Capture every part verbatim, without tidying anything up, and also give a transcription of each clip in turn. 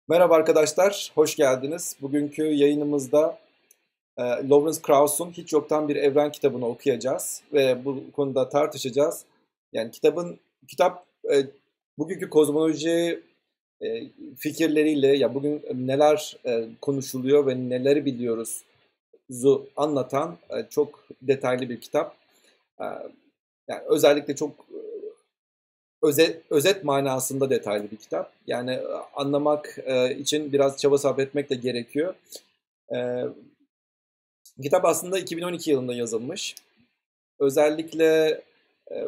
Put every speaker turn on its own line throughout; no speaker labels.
Merhaba arkadaşlar, hoş geldiniz. Bugünkü yayınımızda e, Lawrence Krauss'un Hiç Yoktan Bir Evren kitabını okuyacağız ve bu konuda tartışacağız. Yani kitabın kitap e, bugünkü kozmoloji e, fikirleriyle ya bugün neler e, konuşuluyor ve neleri biliyoruz'u anlatan e, çok detaylı bir kitap. E, Yani özellikle çok özet, özet manasında detaylı bir kitap. Yani e, anlamak e, için biraz çaba sarf etmek de gerekiyor. E, Kitap aslında iki bin on iki yılında yazılmış. Özellikle e,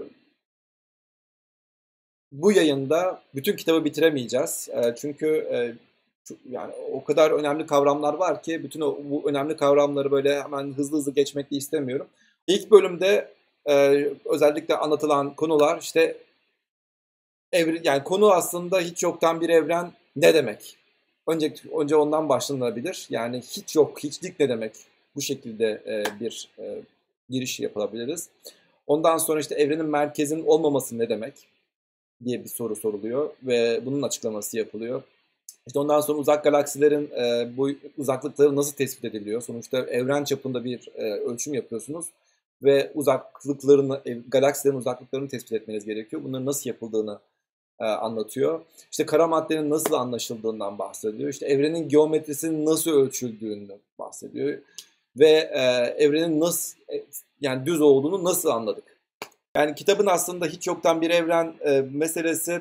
bu yayında bütün kitabı bitiremeyeceğiz. E, çünkü e, yani o kadar önemli kavramlar var ki bütün o, bu önemli kavramları böyle hemen hızlı hızlı geçmek de istemiyorum. İlk bölümde e, özellikle anlatılan konular işte evren, yani konu aslında hiç yoktan bir evren ne demek? Önce önce ondan başlanabilir. Yani hiç yok, hiçlik ne demek? Bu şekilde e, bir e, giriş yapabiliriz. Ondan sonra işte evrenin merkezinin olmaması ne demek diye bir soru soruluyor ve bunun açıklaması yapılıyor. İşte ondan sonra uzak galaksilerin e, bu uzaklıkları nasıl tespit ediliyor? Sonuçta evren çapında bir e, ölçüm yapıyorsunuz ve uzaklıklarını, e, galaksilerin uzaklıklarını tespit etmeniz gerekiyor. Bunların nasıl yapıldığını e, anlatıyor. İşte kara maddenin nasıl anlaşıldığından bahsediyor. İşte evrenin geometrisinin nasıl ölçüldüğünü bahsediyor ve e, evrenin nasıl e, yani düz olduğunu nasıl anladık? Yani kitabın aslında hiç yoktan bir evren e, meselesi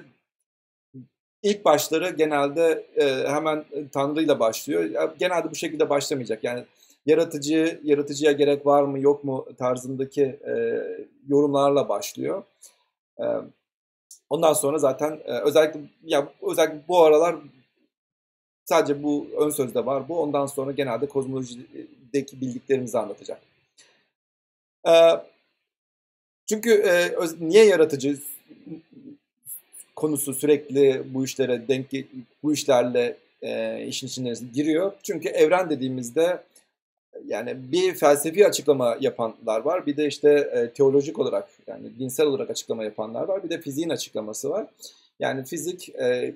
ilk başları genelde e, hemen Tanrı'yla başlıyor. Genelde bu şekilde başlamayacak. Yani yaratıcı, yaratıcıya gerek var mı yok mu tarzındaki e, yorumlarla başlıyor. E, Ondan sonra zaten e, özellikle ya özellikle bu aralar sadece bu ön sözde var bu. Ondan sonra genelde kozmolojideki bildiklerimizi anlatacak. E, Çünkü e, öz- niye yaratıcı konusu sürekli bu işlere denk bu işlerle e, işin içine giriyor. Çünkü evren dediğimizde yani bir felsefi açıklama yapanlar var. Bir de işte e, teolojik olarak yani dinsel olarak açıklama yapanlar var. Bir de fiziğin açıklaması var. Yani fizik e,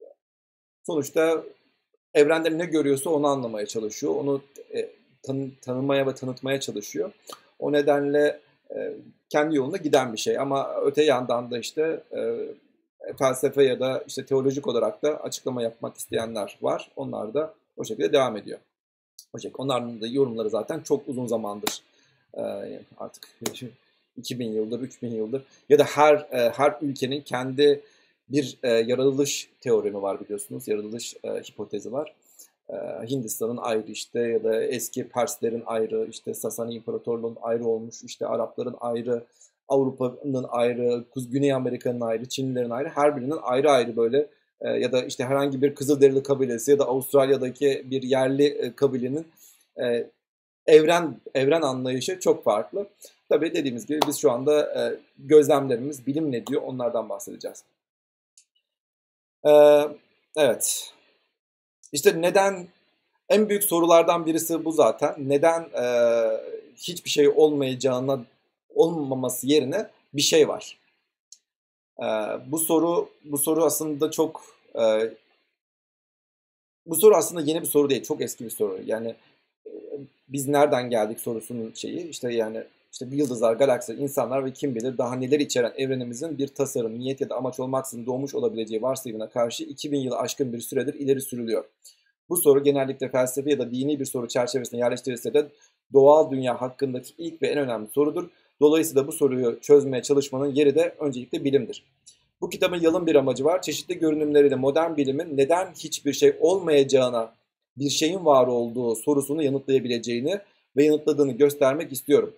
sonuçta evrende ne görüyorsa onu anlamaya çalışıyor. Onu e, tanı, tanımaya ve tanıtmaya çalışıyor. O nedenle e, kendi yoluna giden bir şey. Ama öte yandan da işte e, felsefe ya da işte teolojik olarak da açıklama yapmak isteyenler var. Onlar da o şekilde devam ediyor. O şekilde. Onların da yorumları zaten çok uzun zamandır e, artık iki bin yıldır, üç bin yıldır ya da her e, her ülkenin kendi bir e, yaratılış teoremi var biliyorsunuz. Yaratılış e, hipotezi var. E, Hindistan'ın ayrı işte ya da eski Perslerin ayrı, işte Sasani İmparatorluğu'nun ayrı olmuş, işte Arapların ayrı, Avrupa'nın ayrı, Güney Amerika'nın ayrı, Çinlilerin ayrı, her birinin ayrı ayrı böyle e, ya da işte herhangi bir Kızılderili kabilesi ya da Avustralya'daki bir yerli e, kabilenin e, evren evren anlayışı çok farklı. Tabii dediğimiz gibi biz şu anda e, gözlemlerimiz bilim ne diyor onlardan bahsedeceğiz. E, evet. İşte neden en büyük sorulardan birisi bu zaten. Neden e, hiçbir şey olmayacağına olmaması yerine bir şey var? E, bu soru bu soru aslında çok e, bu soru aslında yeni bir soru değil. Çok eski bir soru. Yani e, biz nereden geldik sorusunun şeyi işte yani işte yıldızlar, galaksiler, insanlar ve kim bilir daha neler içeren evrenimizin bir tasarım, niyet ya da amaç olmaksızın doğmuş olabileceği varsayımına karşı iki bin yılı aşkın bir süredir ileri sürülüyor. Bu soru genellikle felsefi ya da dini bir soru çerçevesine yerleştirilse de doğal dünya hakkındaki ilk ve en önemli sorudur. Dolayısıyla bu soruyu çözmeye çalışmanın yeri de öncelikle bilimdir. Bu kitabın yalın bir amacı var. Çeşitli görünümleriyle modern bilimin neden hiçbir şey olmayacağına, bir şeyin var olduğu sorusunu yanıtlayabileceğini ve yanıtladığını göstermek istiyorum.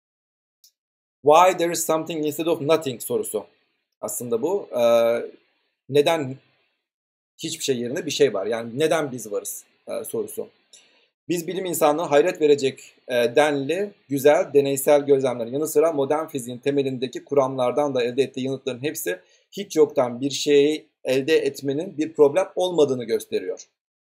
Why there is something instead of nothing sorusu aslında bu. Ee, neden hiçbir şey yerine bir şey var? Yani neden biz varız e, sorusu. Biz bilim insanlığı hayret verecek e, denli, güzel, deneysel gözlemlerin yanı sıra modern fiziğin temelindeki kuramlardan da elde ettiği yanıtların hepsi hiç yoktan bir şeyi elde etmenin bir problem olmadığını gösteriyor.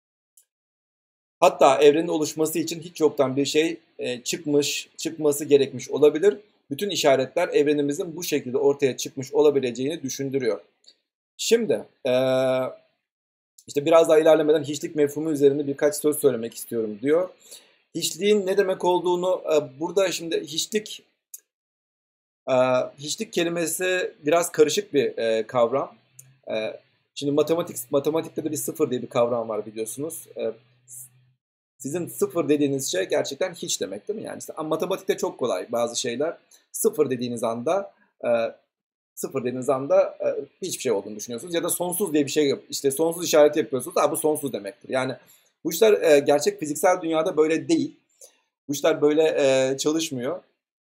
Hatta evrenin oluşması için hiç yoktan bir şey e, çıkmış, çıkması gerekmiş olabilir. Bütün işaretler evrenimizin bu şekilde ortaya çıkmış olabileceğini düşündürüyor. Şimdi, e, İşte biraz daha ilerlemeden hiçlik mefhumu üzerinde birkaç söz söylemek istiyorum diyor. Hiçliğin ne demek olduğunu e, burada şimdi hiçlik e, hiçlik kelimesi biraz karışık bir e, kavram. E, Şimdi matematik matematikte de bir sıfır diye bir kavram var biliyorsunuz. E, Sizin sıfır dediğiniz şey gerçekten hiç demek değil mi? Yani işte, matematikte çok kolay bazı şeyler. Sıfır dediğiniz anda e, sıfır dediğiniz anda e, hiçbir şey olduğunu düşünüyorsunuz. Ya da sonsuz diye bir şey yap, işte sonsuz işareti yapıyorsunuz. Ha, bu sonsuz demektir. Yani bu işler e, gerçek fiziksel dünyada böyle değil. Bu işler böyle e, çalışmıyor.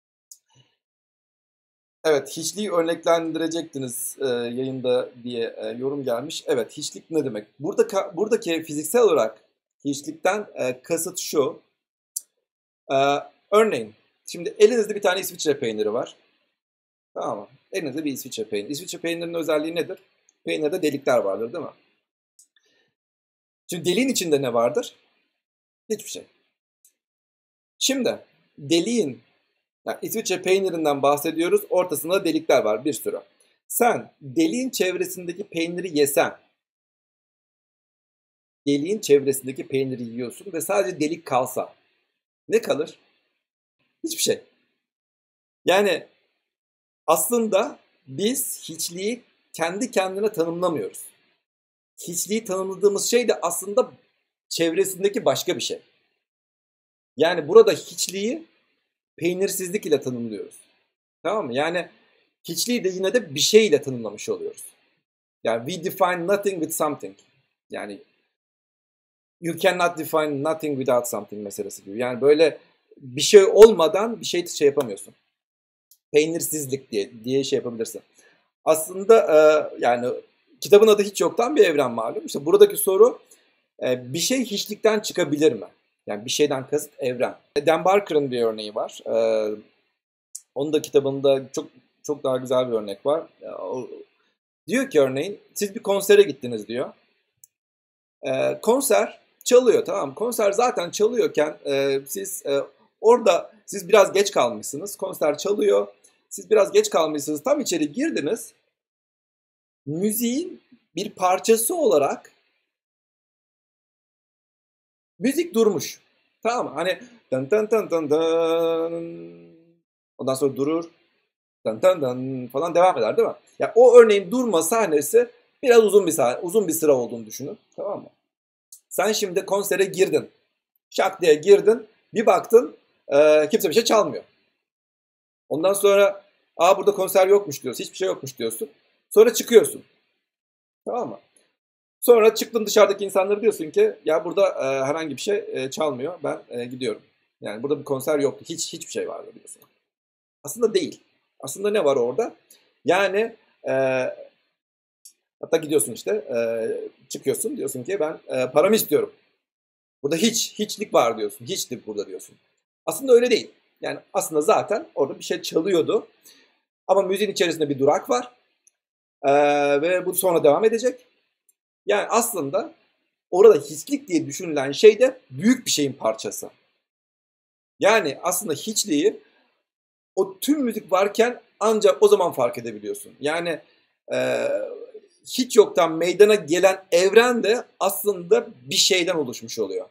Evet, hiçliği örneklendirecektiniz e, yayında diye e, yorum gelmiş. Evet, hiçlik ne demek? Burada buradaki fiziksel olarak hiçlikten e, kasıt şu. E, Örneğin, şimdi elinizde bir tane İsviçre peyniri var. Tamam mı? Elinizde bir İsviçre peyniri. İsviçre peynirinin özelliği nedir? Peynirde delikler vardır, değil mi? Şimdi deliğin içinde ne vardır? Hiçbir şey. Şimdi deliğin, yani İsviçre peynirinden bahsediyoruz. Ortasında delikler var bir sürü. Sen deliğin çevresindeki peyniri yesen, deliğin çevresindeki peyniri yiyorsun ve sadece delik kalsa ne kalır? Hiçbir şey. Yani aslında biz hiçliği kendi kendine tanımlamıyoruz. Hiçliği tanımladığımız şey de aslında çevresindeki başka bir şey. Yani burada hiçliği peynirsizlik ile tanımlıyoruz. Tamam mı? Yani hiçliği de yine de bir şey ile tanımlamış oluyoruz. Yani we define nothing with something. Yani you cannot define nothing without something meselesi gibi. Yani böyle bir şey olmadan bir şey şey yapamıyorsun. Peynirsizlik diye diye şey yapabilirsin. Aslında e, yani kitabın adı hiç yoktan bir evren malum. İşte buradaki soru e, bir şey hiçlikten çıkabilir mi? Yani bir şeyden kasıt evren. Dan Barker'ın bir örneği var. E, onun da kitabında çok çok daha güzel bir örnek var. E, o, diyor ki örneğin siz bir konsere gittiniz diyor. E, konser çalıyor, tamam mı? Konser zaten çalıyorken e, siz e, orada siz biraz geç kalmışsınız. Konser çalıyor. Siz biraz geç kalmışsınız. Tam içeri girdiniz. Müziğin bir parçası olarak müzik durmuş. Tamam mı? Hani dın dın dın dın dın. Ondan sonra durur. Dın dın dın falan devam eder, değil mi? Ya yani o örneğin durma sahnesi biraz uzun bir sahne, uzun bir sıra olduğunu düşünün. Tamam mı? Sen şimdi konsere girdin. Şak diye girdin. Bir baktın e, kimse bir şey çalmıyor. Ondan sonra aa burada konser yokmuş diyorsun. Hiçbir şey yokmuş diyorsun. Sonra çıkıyorsun. Tamam mı? Sonra çıktın dışarıdaki insanlara diyorsun ki ya burada e, herhangi bir şey e, çalmıyor. Ben e, gidiyorum. Yani burada bir konser yoktu. Hiç hiçbir şey vardı diyorsun. Aslında değil. Aslında ne var orada? Yani e, hatta gidiyorsun işte e, çıkıyorsun diyorsun ki ben e, paramı istiyorum. Burada hiç, hiçlik var diyorsun. Hiçlik burada diyorsun. Aslında öyle değil. Yani aslında zaten orada bir şey çalıyordu. Ama müziğin içerisinde bir durak var. Ee, ve bu sonra devam edecek. Yani aslında orada hiçlik diye düşünülen şey de büyük bir şeyin parçası. Yani aslında hiçliği o tüm müzik varken ancak o zaman fark edebiliyorsun. Yani e, hiç yoktan meydana gelen evren de aslında bir şeyden oluşmuş oluyor.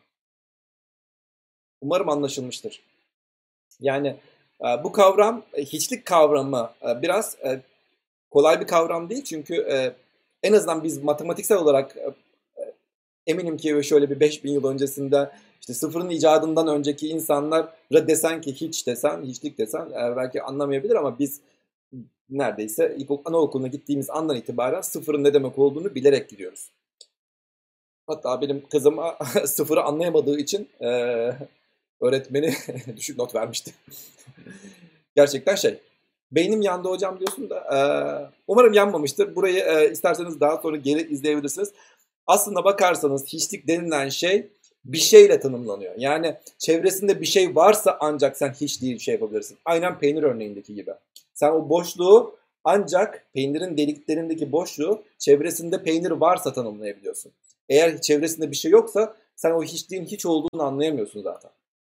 Umarım anlaşılmıştır. Yani e, bu kavram, e, hiçlik kavramı e, biraz e, kolay bir kavram değil. Çünkü e, en azından biz matematiksel olarak e, eminim ki şöyle bir beş bin yıl öncesinde işte sıfırın icadından önceki insanlara desen ki hiç desen, hiçlik desen e, belki anlamayabilir ama biz neredeyse ilkokul, anaokuluna gittiğimiz andan itibaren sıfırın ne demek olduğunu bilerek gidiyoruz. Hatta benim kızım sıfırı anlayamadığı için e, öğretmeni düşük not vermişti. Gerçekten şey. Beynim yandı hocam diyorsun da e, umarım yanmamıştır. Burayı e, isterseniz daha sonra geri izleyebilirsiniz. Aslında bakarsanız hiçlik denilen şey bir şeyle tanımlanıyor. Yani çevresinde bir şey varsa ancak sen hiç değil şey yapabilirsin. Aynen peynir örneğindeki gibi. Sen o boşluğu ancak peynirin deliklerindeki boşluğu çevresinde peynir varsa tanımlayabiliyorsun. Eğer çevresinde bir şey yoksa sen o hiçliğin hiç olduğunu anlayamıyorsun zaten.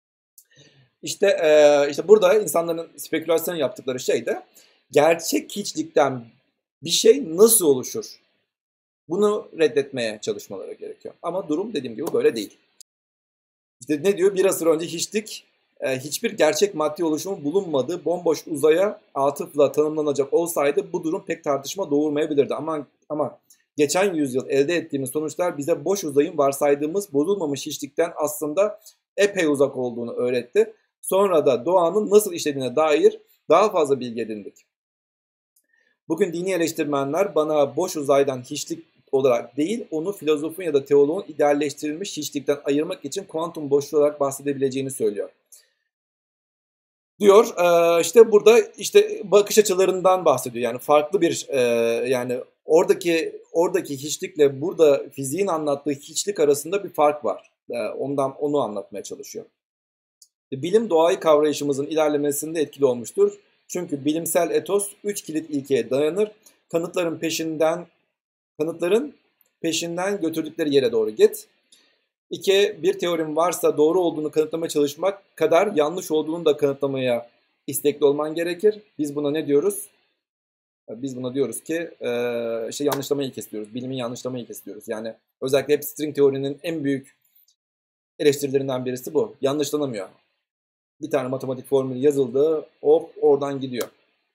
İşte e, işte burada insanların spekülasyon yaptıkları şey de gerçek hiçlikten bir şey nasıl oluşur? Bunu reddetmeye çalışmaları gerekiyor. Ama durum dediğim gibi böyle değil. İşte ne diyor? Bir asır önce hiçlik, e, hiçbir gerçek maddi oluşumun bulunmadığı bomboş uzaya atıfla tanımlanacak olsaydı bu durum pek tartışma doğurmayabilirdi. Ama, ama geçen yüzyıl elde ettiğimiz sonuçlar bize boş uzayın varsaydığımız bozulmamış hiçlikten aslında epey uzak olduğunu öğretti. Sonra da doğanın nasıl işlediğine dair daha fazla bilgi edindik. Bugün dini eleştirmenler bana boş uzaydan hiçlik olarak değil, onu filozofun ya da teoloğun idealleştirilmiş hiçlikten ayırmak için kuantum boşluğu olarak bahsedebileceğini söylüyor. Diyor, işte burada işte bakış açılarından bahsediyor. Yani farklı bir yani oradaki oradaki hiçlikle burada fiziğin anlattığı hiçlik arasında bir fark var. Ondan onu anlatmaya çalışıyor. Bilim doğayı kavrayışımızın ilerlemesinde etkili olmuştur. Çünkü bilimsel etos üç kilit ilkeye dayanır. Kanıtların peşinden kanıtların peşinden götürdükleri yere doğru git. İki, bir teorim varsa doğru olduğunu kanıtlamaya çalışmak kadar yanlış olduğunu da kanıtlamaya istekli olman gerekir. Biz buna ne diyoruz? Biz buna diyoruz ki işte yanlışlama ilkesi diyoruz. Bilimin yanlışlama ilkesi diyoruz. Yani özellikle hep string teorinin en büyük eleştirilerinden birisi bu. Yanlışlanamıyor. Bir tane matematik formülü yazıldı, hop oradan gidiyor.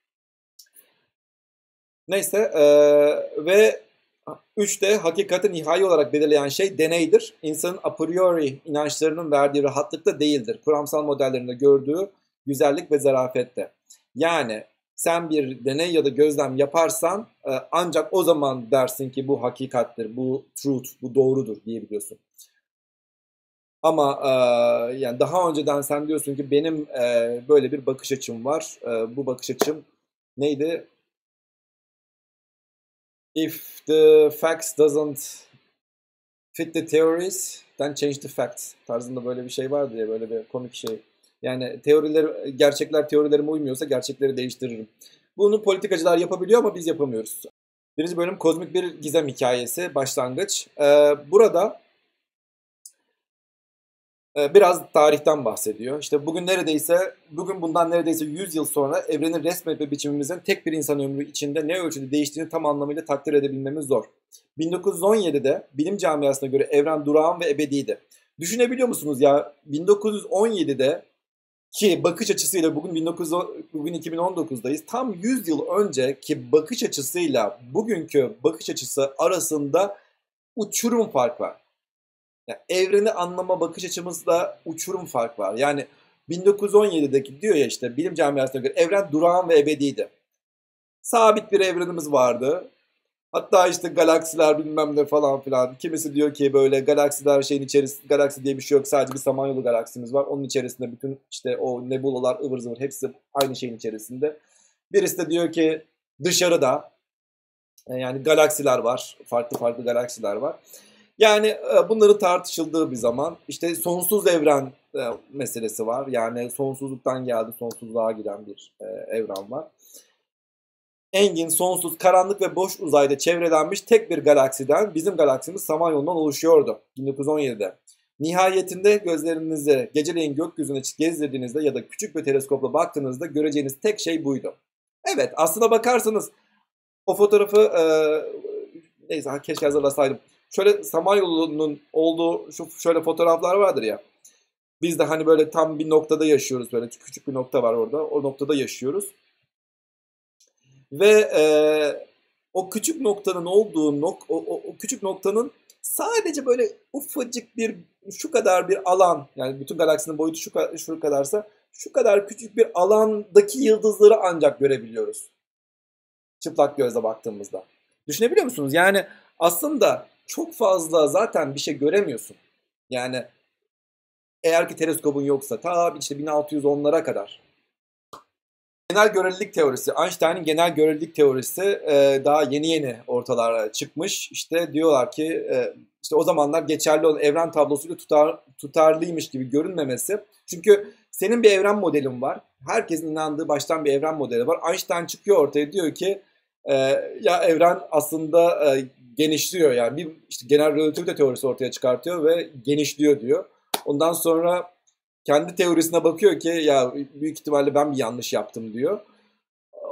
Neyse e, ve üçte hakikati nihai olarak belirleyen şey deneydir. İnsanın a priori inançlarının verdiği rahatlıkta değildir. Kuramsal modellerinde gördüğü güzellik ve zarafette. Yani sen bir deney ya da gözlem yaparsan e, ancak o zaman dersin ki bu hakikattir, bu truth, bu doğrudur diyebiliyorsun. Ama e, yani daha önceden sen diyorsun ki benim e, böyle bir bakış açım var. E, bu bakış açım neydi? If the facts doesn't fit the theories, then change the facts tarzında böyle bir şey var diye, böyle bir komik şey. Yani teoriler, gerçekler teorilerime uymuyorsa gerçekleri değiştiririm. Bunu politikacılar yapabiliyor ama biz yapamıyoruz. Birinci bölüm kozmik bir gizem hikayesi, başlangıç. E, burada biraz tarihten bahsediyor. İşte bugün neredeyse, bugün bundan neredeyse yüz yıl sonra evreni resmetme biçimimizin tek bir insan ömrü içinde ne ölçüde değiştiğini tam anlamıyla takdir edebilmemiz zor. bin dokuz yüz on yedide bilim camiasına göre evren durağan ve ebediydi. Düşünebiliyor musunuz ya? bin dokuz yüz on yedide ki bakış açısıyla bugün bin dokuz yüz on, bugün iki bin on dokuzdayız. Tam yüz yıl önceki bakış açısıyla bugünkü bakış açısı arasında uçurum fark var. Yani evreni anlama bakış açımızda uçurum fark var. Yani bin dokuz yüz on yedideki diyor ya işte bilim camiasına göre evren durağan ve ebediydi. Sabit bir evrenimiz vardı. Hatta işte galaksiler bilmem ne falan filan. Kimisi diyor ki böyle galaksiler şeyin içerisinde, galaksi diye bir şey yok. Sadece bir Samanyolu galaksimiz var. Onun içerisinde bütün işte o nebulalar ıvır zıvır hepsi aynı şeyin içerisinde. Birisi de diyor ki dışarıda yani galaksiler var. Farklı farklı galaksiler var. Yani bunların tartışıldığı bir zaman işte sonsuz evren meselesi var. Yani sonsuzluktan geldi sonsuzluğa giden bir evren var. Engin, sonsuz, karanlık ve boş uzayda çevrelenmiş tek bir galaksiden bizim galaksimiz Samanyolu'ndan oluşuyordu bin dokuz yüz on yedide. Nihayetinde gözlerinizi geceleyin gökyüzüne gezdirdiğinizde ya da küçük bir teleskopla baktığınızda göreceğiniz tek şey buydu. Evet, aslına bakarsanız o fotoğrafı e, neyse keşke hazırlasaydım. Şöyle Samanyolu'nun olduğu şu şöyle fotoğraflar vardır ya. Biz de hani böyle tam bir noktada yaşıyoruz, böyle küçük bir nokta var orada. O noktada yaşıyoruz. Ve e, o küçük noktanın olduğu nok o, o, o küçük noktanın sadece böyle ufacık bir şu kadar bir alan, yani bütün galaksinin boyutu şu, şu kadarsa şu kadar küçük bir alandaki yıldızları ancak görebiliyoruz. Çıplak gözle baktığımızda. Düşünebiliyor musunuz? Yani aslında çok fazla zaten bir şey göremiyorsun. Yani eğer ki teleskobun yoksa ta işte bin altı yüz onlara kadar. Genel görelilik teorisi, Einstein'ın genel görelilik teorisi e, daha yeni yeni ortalara çıkmış. İşte diyorlar ki e, işte o zamanlar geçerli olan evren tablosuyla tutar, tutarlıymış gibi görünmemesi. Çünkü senin bir evren modelin var. Herkesin inandığı baştan bir evren modeli var. Einstein çıkıyor ortaya diyor ki e, ya evren aslında e, genişliyor. Yani bir işte genel relativite teorisi ortaya çıkartıyor ve genişliyor diyor. Ondan sonra kendi teorisine bakıyor ki ya büyük ihtimalle ben bir yanlış yaptım diyor.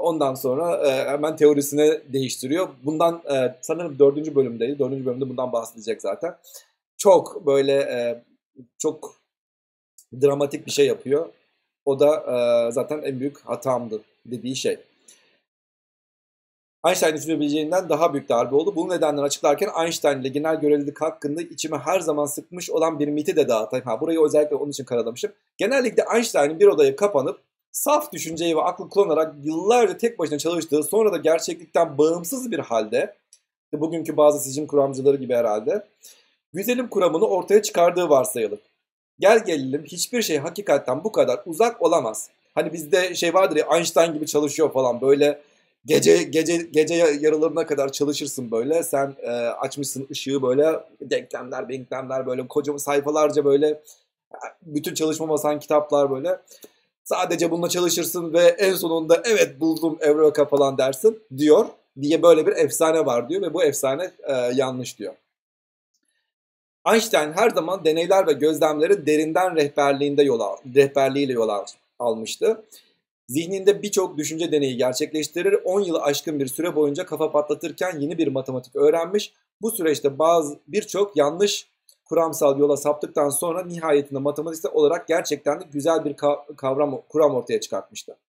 ondan sonra e, hemen teorisini değiştiriyor. Bundan e, sanırım dördüncü bölümdeydi. Dördüncü bölümde bundan bahsedecek zaten. Çok böyle e, çok dramatik bir şey yapıyor. O da e, zaten en büyük hatamdı dediği şey. Einstein düşünebileceğinden daha büyük darbe oldu. Bunun nedenlerini açıklarken Einstein ile genel görelilik hakkında içime her zaman sıkmış olan bir miti de dağıtayım. Ha, burayı özellikle onun için karalamışım. Genellikle Einstein'in bir odaya kapanıp saf düşünceyi ve aklı kullanarak yıllarca tek başına çalıştığı, sonra da gerçeklikten bağımsız bir halde, bugünkü bazı sicim kuramcıları gibi herhalde, güzelim kuramını ortaya çıkardığı varsayılır. Gel gelelim, hiçbir şey hakikatten bu kadar uzak olamaz. Hani bizde şey vardır ya, Einstein gibi çalışıyor falan, böyle gece gece gece yarılarına kadar çalışırsın böyle. Sen e, açmışsın ışığı, böyle denklemler, denklemler, böyle kocaman sayfalarca, böyle bütün çalışma masan kitaplar böyle. Sadece bununla çalışırsın ve en sonunda evet buldum Evreka falan dersin diyor diye böyle bir efsane var diyor ve bu efsane e, yanlış diyor. Einstein her zaman deneyler ve gözlemleri derinden rehberliğinde yol al, rehberliğiyle yol al, almıştı. Zihninde birçok düşünce deneyi gerçekleştirir, on yılı aşkın bir süre boyunca kafa patlatırken yeni bir matematik öğrenmiş. Bu süreçte bazı birçok yanlış kuramsal yola saptıktan sonra nihayetinde matematiksel olarak gerçekten de güzel bir kavram, kuram ortaya çıkartmıştı.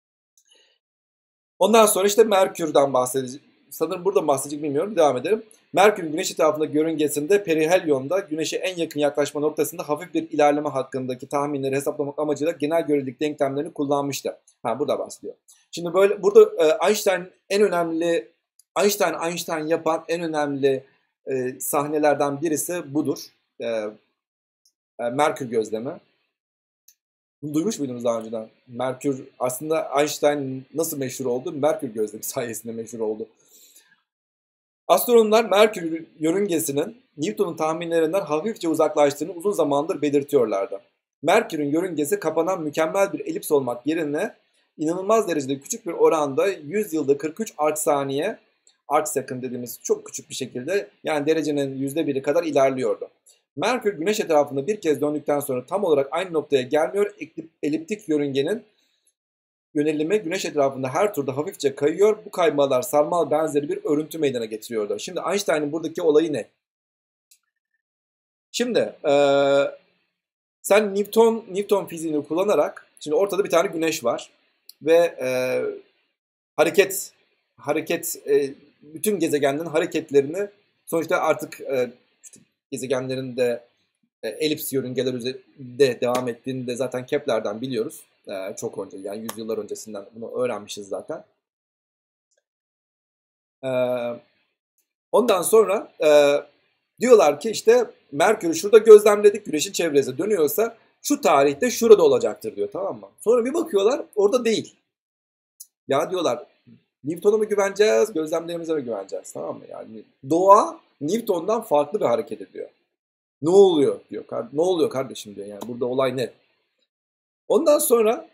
Ondan sonra işte Merkür'den bahsedeceğim. Sanırım burada bahsedecek, bilmiyorum. Devam edelim. Merkür Güneş etrafındaki yörüngesinde perihelyonda Güneş'e en yakın yaklaşma noktasında hafif bir ilerleme hakkındaki tahminleri hesaplamak amacıyla genel görelilik denklemlerini kullanmıştı. Ha, burada bahsediyor. Şimdi böyle burada e, Einstein en önemli Einstein Einstein yapan en önemli e, sahnelerden birisi budur. E, e, Merkür gözlemi. Bunu duymuş muydunuz daha önceden? Merkür, aslında Einstein nasıl meşhur oldu? Merkür gözlemi sayesinde meşhur oldu. Astronomlar Merkür yörüngesinin Newton'un tahminlerinden hafifçe uzaklaştığını uzun zamandır belirtiyorlardı. Merkür'ün yörüngesi kapanan mükemmel bir elips olmak yerine inanılmaz derecede küçük bir oranda yüz yılda kırk üç arc saniye, arc second dediğimiz çok küçük bir şekilde, yani derecenin yüzde biri kadar ilerliyordu. Merkür Güneş etrafında bir kez döndükten sonra tam olarak aynı noktaya gelmiyor. Eliptik yörüngenin yönelimi Güneş etrafında her turda hafifçe kayıyor. Bu kaymalar sarmal benzeri bir örüntü meydana getiriyordu. Şimdi Einstein'ın buradaki olayı ne? Şimdi ee, sen Newton Newton fiziğini kullanarak, şimdi ortada bir tane güneş var ve ee, hareket hareket e, bütün gezegenlerin hareketlerini, sonuçta artık e, işte gezegenlerin de e, elips yörüngeler üzerinde devam ettiğini de zaten Kepler'den biliyoruz. E, çok önce, yani yüzyıllar öncesinden bunu öğrenmişiz zaten. E, ondan sonra e, diyorlar ki işte Merkür'ü şurada gözlemledik, Güneş'in çevresine dönüyorsa şu tarihte şurada olacaktır diyor, tamam mı? Sonra bir bakıyorlar orada değil. Ya diyorlar, Newton'a mı güveneceğiz, gözlemlerimize mi güveneceğiz, tamam mı? Yani doğa Newton'dan farklı bir hareket ediyor. Ne oluyor diyor. Ne oluyor kardeşim diyor. Yani burada olay ne? Ondan sonra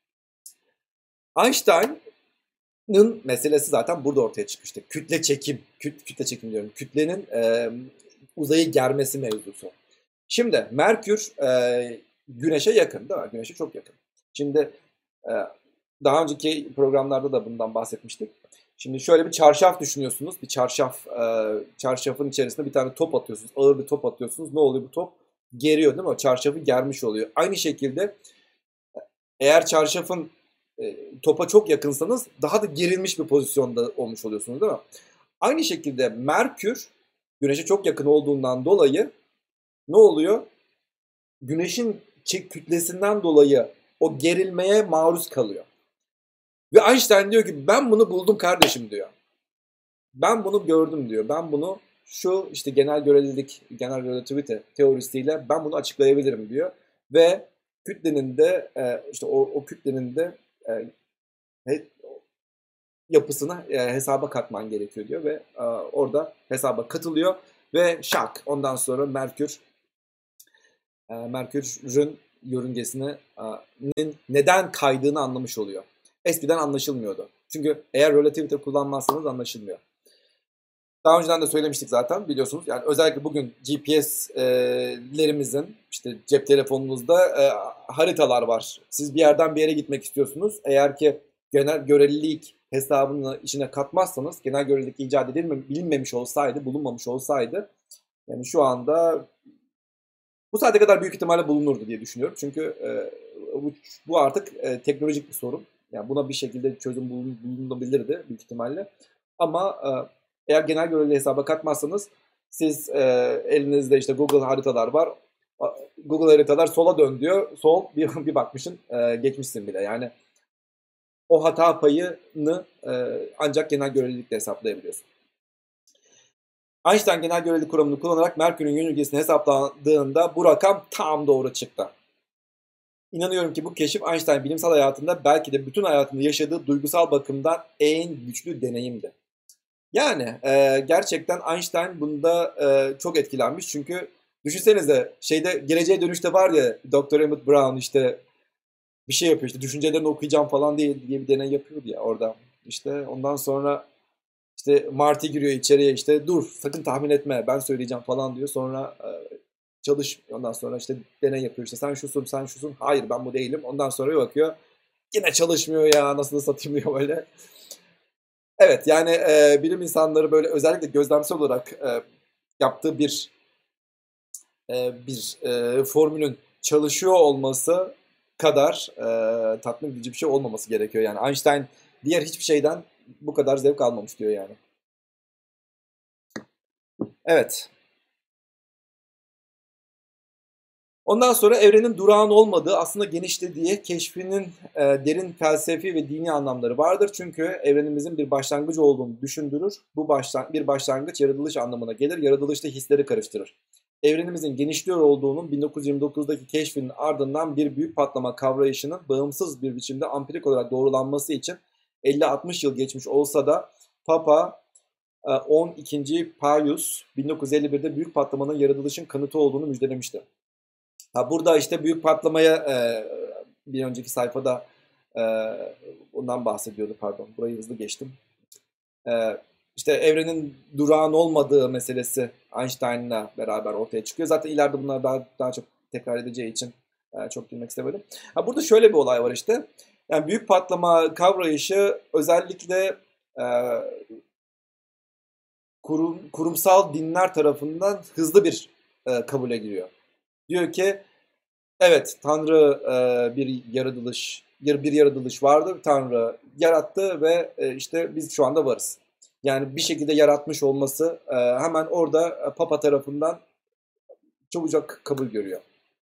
Einstein'ın meselesi zaten burada ortaya çıkmıştı. Kütle çekim, küt, kütle çekim diyorum. Kütlenin e, uzayı germesi mevzusu. Şimdi Merkür e, Güneş'e yakın değil mi? Güneş'e çok yakın. Şimdi e, daha önceki programlarda da bundan bahsetmiştik. Şimdi şöyle bir çarşaf düşünüyorsunuz. Bir çarşaf, e, çarşafın içerisinde bir tane top atıyorsunuz. Ağır bir top atıyorsunuz. Ne oluyor bu top? Geriyor değil mi? O çarşafı germiş oluyor. Aynı şekilde eğer çarşafın e, topa çok yakınsanız daha da gerilmiş bir pozisyonda olmuş oluyorsunuz değil mi? Aynı şekilde Merkür Güneş'e çok yakın olduğundan dolayı ne oluyor? Güneşin kütlesinden dolayı o gerilmeye maruz kalıyor. Ve Einstein diyor ki ben bunu buldum kardeşim diyor. Ben bunu gördüm diyor. Ben bunu şu işte genel görelilik, genel relativite teorisiyle ben bunu açıklayabilirim diyor. Ve kütlenin de işte o, o kütlenin de yapısını hesaba katman gerekiyor diyor ve orada hesaba katılıyor ve şak, ondan sonra Merkür Merkür'ün yörüngesinin neden kaydığını anlamış oluyor. Eskiden anlaşılmıyordu. Çünkü eğer relativite kullanmazsanız anlaşılmıyor. Daha önceden de söylemiştik zaten, biliyorsunuz. Yani özellikle bugün G P S'lerimizin işte cep telefonunuzda e, haritalar var. Siz bir yerden bir yere gitmek istiyorsunuz. Eğer ki genel görelilik hesabını içine katmazsanız, genel görelilik icat edilme, bilinmemiş olsaydı, bulunmamış olsaydı, yani şu anda bu saate kadar büyük ihtimalle bulunurdu diye düşünüyorum. Çünkü e, bu, bu artık e, teknolojik bir sorun. Yani buna bir şekilde çözüm bulun, bulunabilirdi büyük ihtimalle. Ama e, eğer genel görelilik hesaba katmazsanız, siz e, elinizde işte Google haritalar var. Google haritalar sola dön diyor. Sol bir, bir bakmışsın e, geçmişsin bile. Yani o hata payını e, ancak genel görelilikle hesaplayabiliyorsun. Einstein genel görelilik kuramını kullanarak Merkür'ün yörüngesini hesapladığında bu rakam tam doğru çıktı. İnanıyorum ki bu keşif Einstein bilimsel hayatında belki de bütün hayatında yaşadığı duygusal bakımdan en güçlü deneyimdi. Yani e, gerçekten Einstein bunda e, çok etkilenmiş. Çünkü düşünsenize, şeyde Geleceğe Dönüş'te var ya, doktor Emmett Brown işte bir şey yapıyor, işte düşüncelerini okuyacağım falan diye, diye bir deney yapıyordu ya orada. İşte ondan sonra işte Marty giriyor içeriye, işte dur sakın tahmin etme ben söyleyeceğim falan diyor. Sonra e, çalış, ondan sonra işte deney yapıyor, işte sen şusun sen şusun, hayır ben bu değilim. Ondan sonra bir bakıyor yine çalışmıyor ya, nasıl da satayım diyor böyle. Evet yani e, bilim insanları böyle özellikle gözlemsel olarak e, yaptığı bir e, bir e, formülün çalışıyor olması kadar e, tatmin edici bir şey olmaması gerekiyor. Yani Einstein diğer hiçbir şeyden bu kadar zevk almamış diyor yani. Evet. Ondan sonra evrenin durağan olmadığı, aslında genişlediği keşfinin e, derin felsefi ve dini anlamları vardır. Çünkü evrenimizin bir başlangıcı olduğunu düşündürür. Bu başlan bir başlangıç yaratılış anlamına gelir. Yaratılışta hisleri karıştırır. Evrenimizin genişliyor olduğunun bin dokuz yüz yirmi dokuzdaki keşfinin ardından bir büyük patlama kavrayışının bağımsız bir biçimde ampirik olarak doğrulanması için elli altmış yıl geçmiş olsa da Papa e, on ikinci. Pius bin dokuz yüz elli birde büyük patlamanın yaratılışın kanıtı olduğunu müjdelemişti. Ha, burada işte büyük patlamaya e, bir önceki sayfada e, ondan bahsediyordu, pardon burayı hızlı geçtim. E, işte evrenin durağan olmadığı meselesi Einstein'la beraber ortaya çıkıyor. Zaten ileride bunları daha, daha çok tekrar edeceği için e, çok girmek istemedim. Ha, burada şöyle bir olay var işte. Yani büyük patlama kavrayışı özellikle e, kurum, kurumsal dinler tarafından hızlı bir e, kabule giriyor. Diyor ki evet, Tanrı e, bir yaratılış, bir yaratılış vardır. Tanrı yarattı ve e, işte biz şu anda varız. Yani bir şekilde yaratmış olması e, hemen orada e, Papa tarafından çabucak kabul görüyor.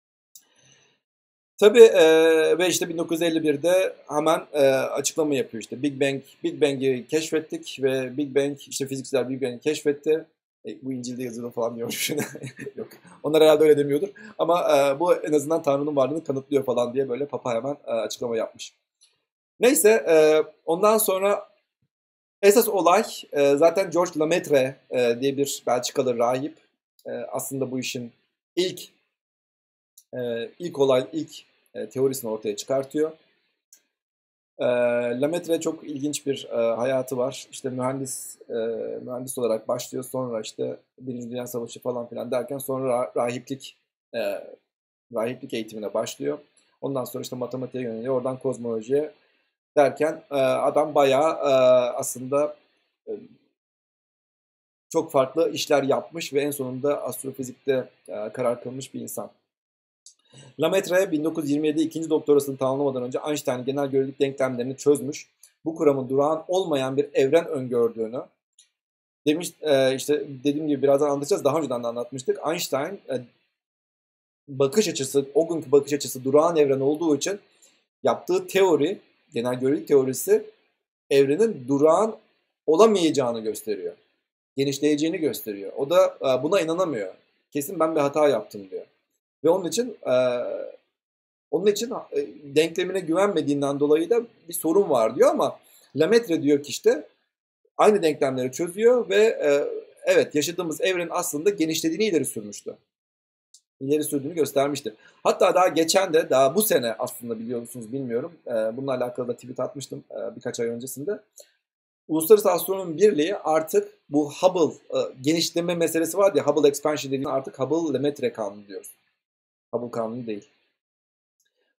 Tabii e, ve işte bin dokuz yüz elli birde hemen e, açıklama yapıyor, işte Big Bang, Big Bang'i keşfettik ve Big Bang, işte fizikçiler Big Bang'i keşfetti. E, bu İncil'de yazılı falan diyormuş. Yok. Onlar herhalde öyle demiyordur. Ama e, bu en azından Tanrı'nın varlığını kanıtlıyor falan diye böyle Papa hemen e, açıklama yapmış. Neyse e, ondan sonra esas olay e, zaten George Lemaitre e, diye bir Belçikalı rahip. E, aslında bu işin ilk e, ilk olay, ilk e, teorisini ortaya çıkartıyor. E, Lemaitre çok ilginç bir e, hayatı var. İşte mühendis e, mühendis olarak başlıyor. Sonra işte Birinci Dünya Savaşı falan filan derken sonra rahiplik e, rahiplik eğitimine başlıyor. Ondan sonra işte matematiğe yöneliyor. Oradan kozmolojiye derken e, adam bayağı e, aslında e, çok farklı işler yapmış ve en sonunda astrofizikte e, karar kılmış bir insan. Lemaitre bin dokuz yüz yirmi yedide ikinci doktorasını tamamlamadan önce Einstein genel görelilik denklemlerini çözmüş. Bu kuramın durağan olmayan bir evren öngördüğünü demiş, e, işte dediğim gibi birazdan anlatacağız. Daha önceden de anlatmıştık. Einstein e, bakış açısı, o günkü bakış açısı durağan evren olduğu için yaptığı teori, genel görelilik teorisi evrenin durağan olamayacağını gösteriyor. Genişleyeceğini gösteriyor. O da e, buna inanamıyor. Kesin ben bir hata yaptım diyor. Ve onun için e, onun için e, denklemine güvenmediğinden dolayı da bir sorun var diyor, ama Lemaitre diyor ki işte aynı denklemleri çözüyor ve e, evet, yaşadığımız evrenin aslında genişlediğini ileri sürmüştü. İleri sürdüğünü göstermişti. Hatta daha geçen de, daha bu sene aslında, biliyor musunuz bilmiyorum. E, bununla alakalı da tweet atmıştım e, birkaç ay öncesinde. Uluslararası Astronomi Birliği artık bu Hubble e, genişleme meselesi var ya, Hubble expansion dediğini artık Hubble Lemaitre kanunu diyoruz. Hubble kanunu değil.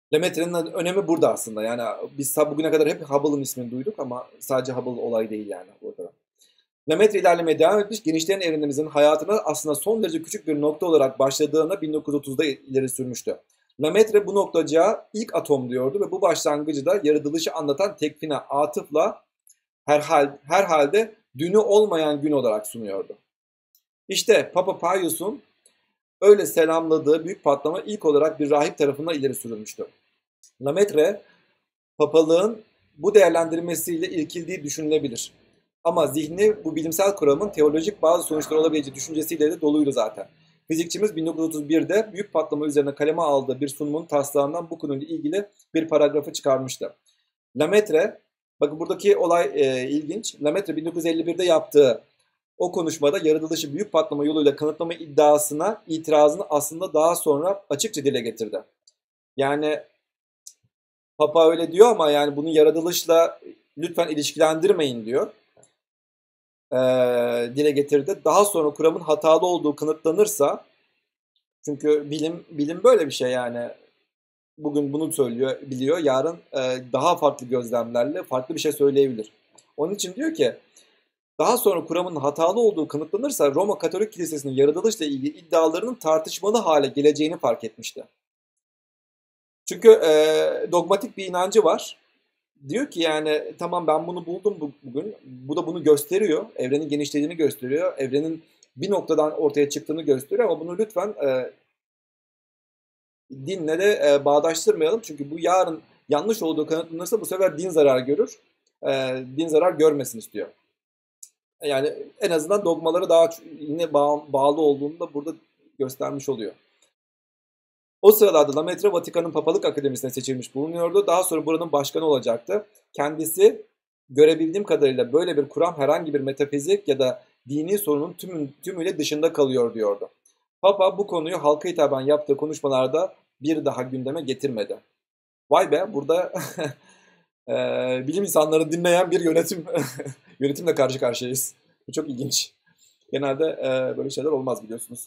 Lemaitre'nin önemi burada aslında. Yani biz bugüne kadar hep Hubble'ın ismini duyduk ama sadece Hubble olay değil yani burada. Lemaitre ilerlemeye devam etmiş, genişleyen evrenimizin hayatına aslında son derece küçük bir nokta olarak başladığını bin dokuz yüz otuzda ileri sürmüştü. Lemaitre bu noktacığa ilk atom diyordu ve bu başlangıcı da yaratılışı anlatan tekfine atıfla herhal, herhalde dünü olmayan gün olarak sunuyordu. İşte Papa Pius'un öyle selamladığı büyük patlama ilk olarak bir rahip tarafından ileri sürülmüştü. Lemaitre, papalığın bu değerlendirmesiyle irkildiği düşünülebilir. Ama zihni bu bilimsel kuramın teolojik bazı sonuçları olabileceği düşüncesiyle de doluydu zaten. Fizikçimiz bin dokuz yüz otuz birde büyük patlama üzerine kaleme aldığı bir sunumun taslağından bu konuyla ilgili bir paragrafı çıkarmıştı. Lemaitre, bakın buradaki olay e, ilginç. Lemaitre bin dokuz yüz elli birde yaptığı o konuşmada yaratılışı büyük patlama yoluyla kanıtlama iddiasına itirazını aslında daha sonra açıkça dile getirdi. Yani Papa öyle diyor ama yani bunu yaratılışla lütfen ilişkilendirmeyin diyor. Ee, dile getirdi. Daha sonra kuramın hatalı olduğu kanıtlanırsa, çünkü bilim bilim böyle bir şey yani. Bugün bunu söylüyor, biliyor. Yarın e, daha farklı gözlemlerle farklı bir şey söyleyebilir. Onun için diyor ki daha sonra kuramın hatalı olduğu kanıtlanırsa Roma Katolik Kilisesi'nin yaratılışla ilgili iddialarının tartışmalı hale geleceğini fark etmişti. Çünkü e, dogmatik bir inancı var. Diyor ki yani tamam ben bunu buldum bugün. Bu da bunu gösteriyor. Evrenin genişlediğini gösteriyor. Evrenin bir noktadan ortaya çıktığını gösteriyor ama bunu lütfen e, dinle de e, bağdaştırmayalım. Çünkü bu yarın yanlış olduğu kanıtlanırsa bu sefer din zarar görür. E, din zarar görmesin istiyor. Yani en azından dogmaları daha yine bağ, bağlı olduğunu da burada göstermiş oluyor. O sıralarda Lemaitre Vatikan'ın Papalık Akademisi'ne seçilmiş bulunuyordu. Daha sonra buranın başkanı olacaktı. Kendisi görebildiğim kadarıyla böyle bir kuram herhangi bir metafizik ya da dini sorunun tümün, tümüyle dışında kalıyor diyordu. Papa bu konuyu halka hitaben yaptığı konuşmalarda bir daha gündeme getirmedi. Vay be, burada e, bilim insanları dinleyen bir yönetim yönetimle karşı karşıyayız. Bu çok ilginç. Genelde e, böyle şeyler olmaz biliyorsunuz.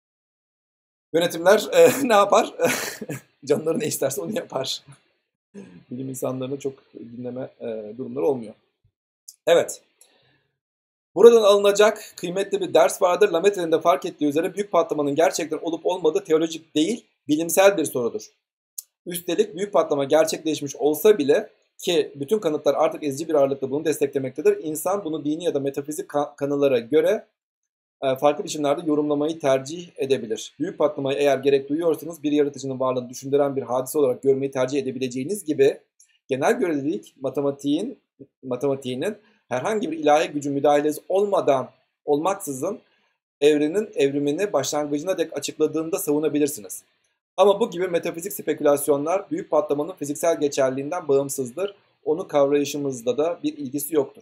Yönetimler e, ne yapar? Canları ne isterse onu yapar. Bilim insanlarını çok dinleme e, durumları olmuyor. Evet. Buradan alınacak kıymetli bir ders vardır. Lemaitre'nin de fark ettiği üzere büyük patlamanın gerçekten olup olmadığı teolojik değil, bilimsel bir sorudur. Üstelik büyük patlama gerçekleşmiş olsa bile ki bütün kanıtlar artık ezici bir ağırlıkla bunu desteklemektedir. İnsan bunu dini ya da metafizik kanılara göre farklı biçimlerde yorumlamayı tercih edebilir. Büyük patlamayı eğer gerek duyuyorsanız bir yaratıcının varlığını düşündüren bir hadise olarak görmeyi tercih edebileceğiniz gibi genel görelilik matematiğin matematiğinin herhangi bir ilahi gücün müdahalesi olmadan olmaksızın evrenin evrimini başlangıcına dek açıkladığında savunabilirsiniz. Ama bu gibi metafizik spekülasyonlar büyük patlamanın fiziksel geçerliliğinden bağımsızdır. Onu kavrayışımızda da bir ilgisi yoktur.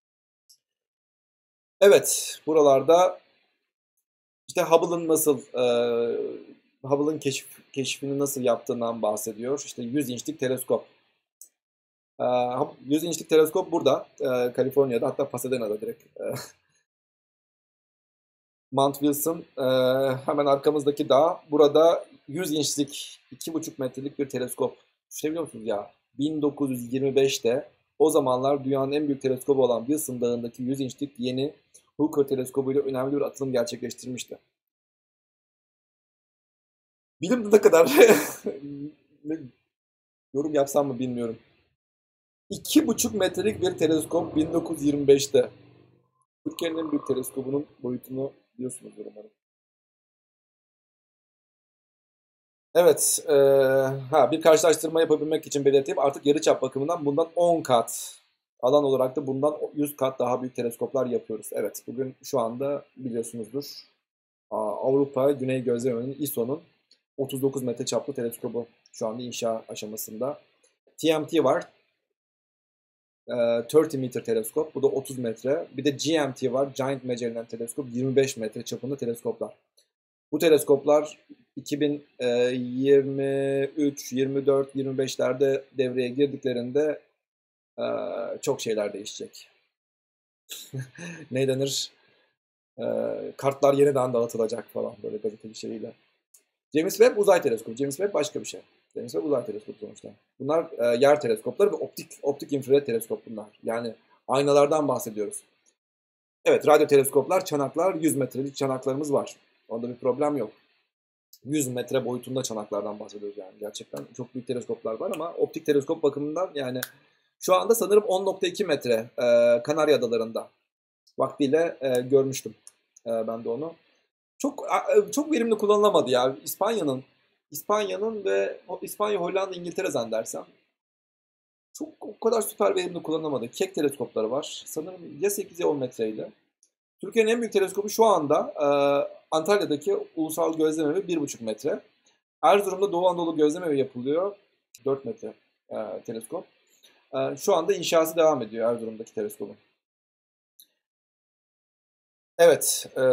Evet, buralarda işte Hubble'ın nasıl e, Hubble'ın keşif, keşfini nasıl yaptığından bahsediyor. İşte yüz inçlik teleskop. E, yüz inçlik teleskop burada, e, Kaliforniya'da, hatta Pasadena'da direkt. E, Mount Wilson e, hemen arkamızdaki dağ. Burada yüz inçlik, iki buçuk metrelik bir teleskop. Düşünebiliyor musunuz ya? bin dokuz yüz yirmi beşte o zamanlar dünyanın en büyük teleskobu olan Wilson Dağı'ndaki yüz inçlik yeni Hooker teleskobuyla önemli bir atılım gerçekleştirmişti. Bilim ne kadar yorum yapsam mı bilmiyorum. iki buçuk metrelik bir teleskop bin dokuz yüz yirmi beşte. Türkiye'nin en büyük teleskobunun boyutunu biliyorsunuzdur umarım. Evet, e, ha, bir karşılaştırma yapabilmek için belirteyim. Artık yarıçap bakımından bundan on kat, alan olarak da bundan yüz kat daha büyük teleskoplar yapıyoruz. Evet, bugün şu anda biliyorsunuzdur. Avrupa Güney Gözlem I S O'nun otuz dokuz metre çaplı teleskobu şu anda inşa aşamasında. T M T var, otuz metre teleskop, bu da otuz metre. Bir de G M T var, Giant Magellan teleskop, yirmi beş metre çapında teleskoplar. Bu teleskoplar iki bin yirmi üç, yirmi dört, yirmi beşlerde devreye girdiklerinde çok şeyler değişecek. Ne denir? Kartlar yeniden dağıtılacak falan, böyle gazeteli şeyiyle. James Webb uzay teleskobu. James Webb başka bir şey. Deniz ve uzay teleskobu sonuçta. Bunlar e, yer teleskopları ve optik optik infrared teleskop bunlar. Yani aynalardan bahsediyoruz. Evet, radyo teleskoplar, çanaklar, yüz metrelik çanaklarımız var. Onda bir problem yok. yüz metre boyutunda çanaklardan bahsediyoruz yani. Gerçekten çok büyük teleskoplar var ama optik teleskop bakımından yani şu anda sanırım on nokta iki metre e, Kanarya Adaları'nda vaktiyle e, görmüştüm e, ben de onu. Çok e, çok verimli kullanılamadı ya. İspanya'nın İspanya'nın ve İspanya, Hollanda, İngiltere zannedersem çok o kadar süper verimli kullanılamadı. Keck teleskopları var. Sanırım ya sekiz ya on metreyle. Türkiye'nin en büyük teleskobu şu anda e, Antalya'daki Ulusal Gözlemevi bir buçuk metre. Erzurum'da Doğu Anadolu Gözlemevi yapılıyor. dört metre e, teleskop. E, şu anda inşası devam ediyor Erzurum'daki teleskobun. Evet, e,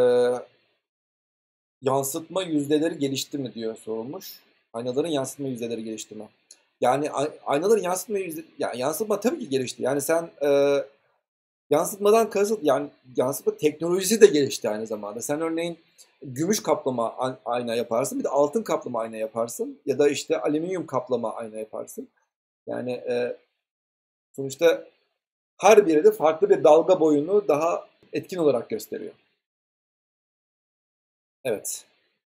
yansıtma yüzdeleri gelişti mi diyor sorulmuş. Aynaların yansıtma yüzdeleri gelişti mi? Yani aynaların yansıtma yüzde, yani yansıtma tabii ki gelişti. Yani sen e, yansıtmadan kasıt yani yansıtma teknolojisi de gelişti aynı zamanda. Sen örneğin gümüş kaplama ayna yaparsın, bir de altın kaplama ayna yaparsın ya da işte alüminyum kaplama ayna yaparsın. Yani e, sonuçta her biri de farklı bir dalga boyunu daha etkin olarak gösteriyor. Evet.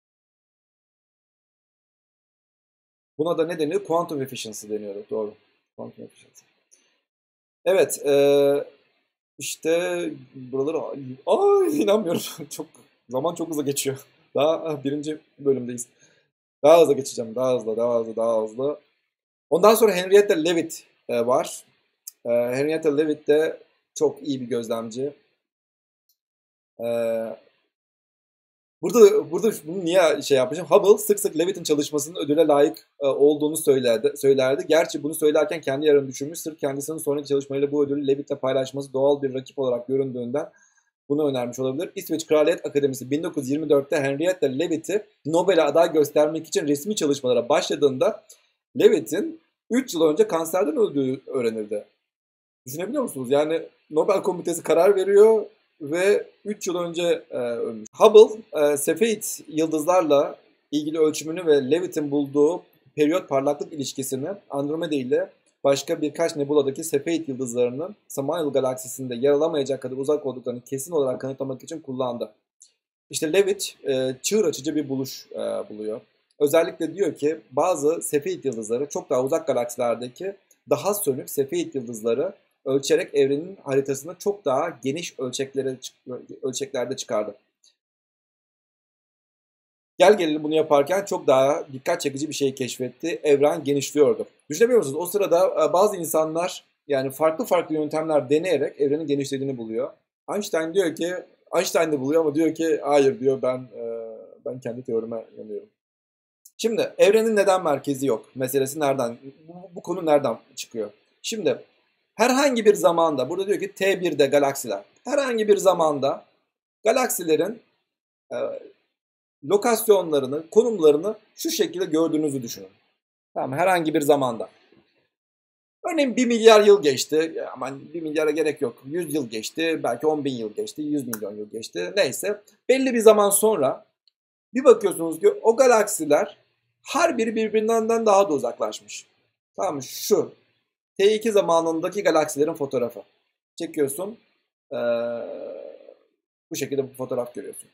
Buna da ne deniyor? Quantum efficiency deniyor. Doğru. Quantum efficiency. Evet. E, işte buraları... Ay inanmıyorum. Çok zaman çok hızlı geçiyor. Daha birinci bölümdeyiz. Daha hızlı geçeceğim. Daha hızlı, daha hızlı, daha hızlı. Ondan sonra Henrietta Leavitt e, var. E, Henrietta Leavitt de çok iyi bir gözlemci. E, burada burada bunu niye şey yapmışım? Hubble sık sık Leavitt'in çalışmasının ödüle layık e, olduğunu söylerdi, söylerdi. Gerçi bunu söylerken kendi yararını düşünmüş. Sırf kendisinin sonraki çalışmalarıyla bu ödülü Leavitt'le paylaşması doğal bir rakip olarak göründüğünden bunu önermiş olabilir. İsveç Kraliyet Akademisi bin dokuz yüz yirmi dörtte Henrietta Leavitt'i Nobel'e aday göstermek için resmi çalışmalara başladığında Leavitt'in üç yıl önce kanserden öldüğü öğrenildi. Düşünebiliyor musunuz? Yani Nobel Komitesi karar veriyor ve üç yıl önce e, ölmüş. Hubble, e, Cepheid yıldızlarla ilgili ölçümünü ve Leavitt'in bulduğu periyot parlaklık ilişkisini Andromeda ile başka birkaç nebuladaki Cepheid yıldızlarının Samanyolu galaksisinde yer alamayacak kadar uzak olduklarını kesin olarak kanıtlamak için kullandı. İşte Leavitt e, çığır açıcı bir buluş e, buluyor. Özellikle diyor ki bazı Cepheid yıldızları çok daha uzak galaksilerdeki daha sönük Cepheid yıldızları ölçerek evrenin haritasını çok daha geniş ölçeklere, ölçeklerde çıkardı. Gel gelelim bunu yaparken çok daha dikkat çekici bir şey keşfetti. Evren genişliyordu. Düşünebiliyor musunuz? O sırada bazı insanlar yani farklı farklı yöntemler deneyerek evrenin genişlediğini buluyor. Einstein diyor ki, Einstein de buluyor ama diyor ki hayır diyor ben ben kendi teorime inanıyorum. Şimdi evrenin neden merkezi yok meselesi nereden, bu, bu konu nereden çıkıyor? Şimdi herhangi bir zamanda, burada diyor ki T bir'de galaksiler, herhangi bir zamanda galaksilerin e, lokasyonlarını, konumlarını şu şekilde gördüğünüzü düşünün. Tamam, herhangi bir zamanda. Örneğin bir milyar yıl geçti, aman bir milyara gerek yok, yüz yıl geçti, belki on bin yıl geçti, yüz milyon yıl geçti, neyse. Belli bir zaman sonra bir bakıyorsunuz ki o galaksiler her biri birbirinden daha da uzaklaşmış. Tamam mı? Şu T iki zamanındaki galaksilerin fotoğrafı. Çekiyorsun. Ee, bu şekilde bir fotoğraf görüyorsun.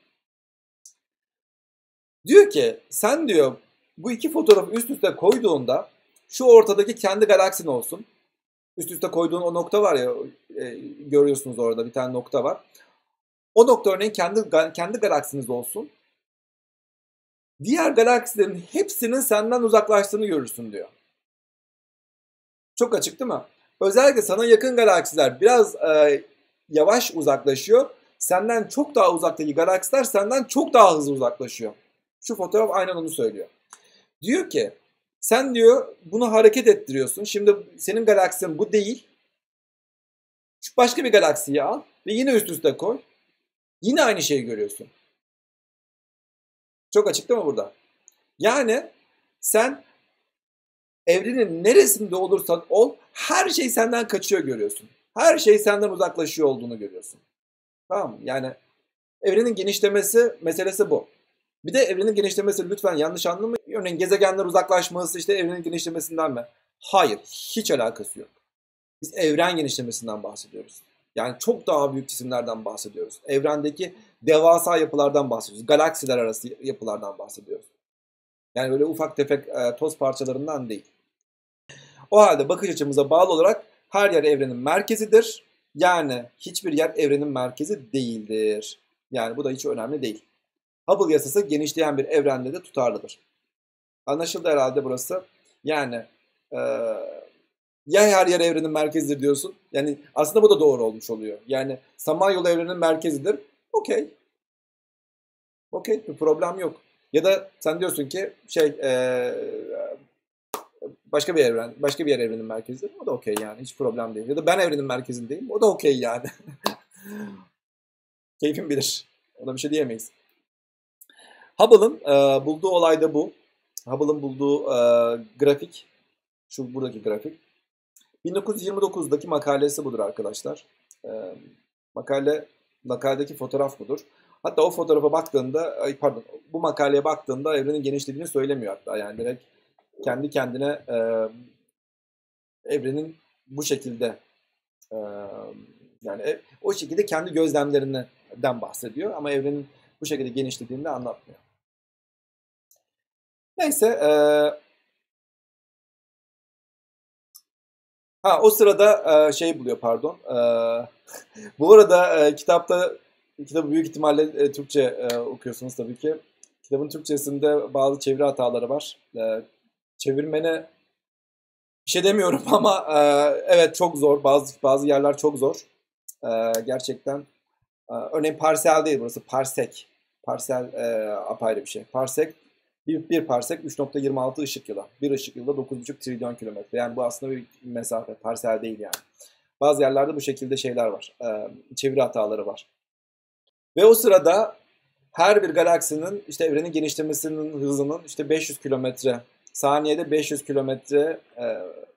Diyor ki sen diyor bu iki fotoğrafı üst üste koyduğunda şu ortadaki kendi galaksin olsun. Üst üste koyduğun o nokta var ya e, görüyorsunuz orada bir tane nokta var. O nokta örneğin kendi, kendi galaksiniz olsun. Diğer galaksilerin hepsinin senden uzaklaştığını görürsün diyor. Çok açık değil mi? Özellikle sana yakın galaksiler biraz e, yavaş uzaklaşıyor. Senden çok daha uzaktaki galaksiler senden çok daha hızlı uzaklaşıyor. Şu fotoğraf aynen onu söylüyor. Diyor ki sen diyor bunu hareket ettiriyorsun. Şimdi senin galaksin bu değil. Şu başka bir galaksiyi al ve yine üst üste koy. Yine aynı şeyi görüyorsun. Çok açık değil mi burada? Yani sen evrenin neresinde olursan ol her şey senden kaçıyor görüyorsun. Her şey senden uzaklaşıyor olduğunu görüyorsun. Tamam mı? Yani evrenin genişlemesi meselesi bu. Bir de evrenin genişlemesi lütfen yanlış örneğin gezegenler uzaklaşması işte evrenin genişlemesinden mi? Hayır, hiç alakası yok. Biz evren genişlemesinden bahsediyoruz. Yani çok daha büyük cisimlerden bahsediyoruz. Evrendeki devasa yapılardan bahsediyoruz. Galaksiler arası yapılardan bahsediyoruz. Yani böyle ufak tefek e, toz parçalarından değil. O halde bakış açımıza bağlı olarak her yer evrenin merkezidir. Yani hiçbir yer evrenin merkezi değildir. Yani bu da hiç önemli değil. Hubble yasası genişleyen bir evrende de tutarlıdır. Anlaşıldı herhalde burası. Yani e, ya her yer evrenin merkezidir diyorsun. Yani aslında bu da doğru olmuş oluyor. Yani Samanyolu evrenin merkezidir. Okey. Okey. Bir problem yok. Ya da sen diyorsun ki şey e, başka bir evren, başka bir yer evrenin merkezidir. O da okey yani. Hiç problem değil. Ya da ben evrenin merkezindeyim. O da okey yani. Keyfin bilir. Ona bir şey diyemeyiz. Hubble'ın e, bulduğu olay da bu. Hubble'ın bulduğu e, grafik, şu buradaki grafik. bin dokuz yüz yirmi dokuzdaki makalesi budur arkadaşlar. E, makale, makaledeki fotoğraf budur. Hatta o fotoğrafa baktığında, ay pardon, bu makaleye baktığında evrenin genişlediğini söylemiyor hatta. Yani direkt kendi kendine e, evrenin bu şekilde e, yani e, o şekilde kendi gözlemlerinden bahsediyor. Ama evrenin bu şekilde genişlediğini de anlatmıyor. Neyse. E, ha o sırada e, şey buluyor pardon. E, bu arada e, kitapta kitabı büyük ihtimalle e, Türkçe e, okuyorsunuz tabii ki. Kitabın Türkçesinde bazı çeviri hataları var. E, çevirmene bir şey demiyorum ama e, evet çok zor. Bazı bazı yerler çok zor. E, gerçekten. E, örneğin parsel değil burası. Parsek. Parsel e, apayrı bir şey. Parsek bir, bir parsek üç nokta yirmi altı ışık yılı. Bir ışık yılı dokuz buçuk trilyon kilometre. Yani bu aslında bir mesafe. Parsel değil yani. Bazı yerlerde bu şekilde şeyler var. E, çeviri hataları var. Ve o sırada her bir galaksinin işte evrenin genişlemesinin hızının işte beş yüz kilometre saniyede beş yüz kilometre e,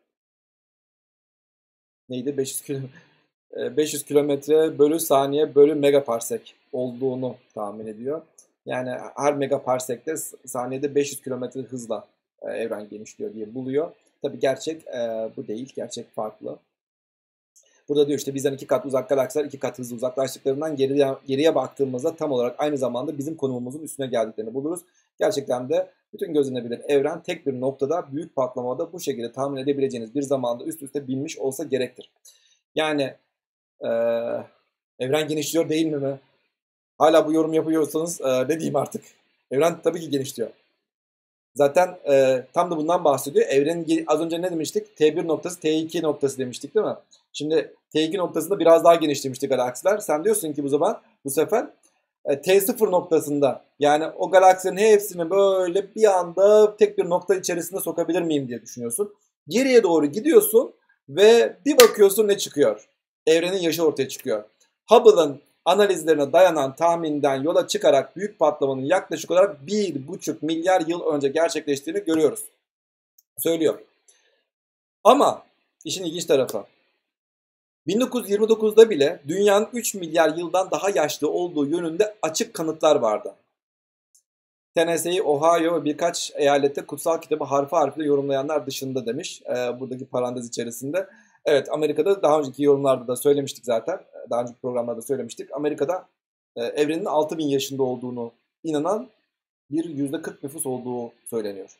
neydi beş yüz kilometre beş yüz kilometre bölü saniye bölü megaparsek olduğunu tahmin ediyor. Yani her megaparsekte saniyede beş yüz kilometre hızla e, evren genişliyor diye buluyor. Tabii gerçek e, bu değil. Gerçek farklı. Burada diyor işte bizden iki kat uzak galaksiler iki kat hızlı uzaklaştıklarından geriye, geriye baktığımızda tam olarak aynı zamanda bizim konumumuzun üstüne geldiklerini buluruz. Gerçekten de bütün gözlenebilir evren tek bir noktada büyük patlamada bu şekilde tahmin edebileceğiniz bir zamanda üst üste binmiş olsa gerektir. Yani e, evren genişliyor değil mi mi? Hala bu yorum yapıyorsanız e, ne diyeyim artık? Evren tabii ki genişliyor. Zaten e, tam da bundan bahsediyor. Evrenin az önce ne demiştik? T bir noktası, T iki noktası demiştik değil mi? Şimdi T iki noktasında biraz daha genişlemişti galaksiler. Sen diyorsun ki bu zaman bu sefer e, T sıfır noktasında yani o galaksilerin hepsini böyle bir anda tek bir nokta içerisinde sokabilir miyim diye düşünüyorsun. Geriye doğru gidiyorsun ve bir bakıyorsun ne çıkıyor? Evrenin yaşı ortaya çıkıyor. Hubble'ın analizlerine dayanan tahminden yola çıkarak büyük patlamanın yaklaşık olarak bir buçuk milyar yıl önce gerçekleştiğini görüyoruz. Söylüyor. Ama işin ilginç tarafı bin dokuz yüz yirmi dokuzda bile dünyanın üç milyar yıldan daha yaşlı olduğu yönünde açık kanıtlar vardı. Tennessee'yi, Ohio ve birkaç eyalette kutsal kitabı harfi harfle yorumlayanlar dışında demiş. E, buradaki parantez içerisinde. Evet, Amerika'da daha önceki yorumlarda da söylemiştik zaten. Daha önceki programlarda söylemiştik. Amerika'da e, evrenin altı bin yaşında olduğunu inanan bir yüzde kırk nüfus olduğu söyleniyor.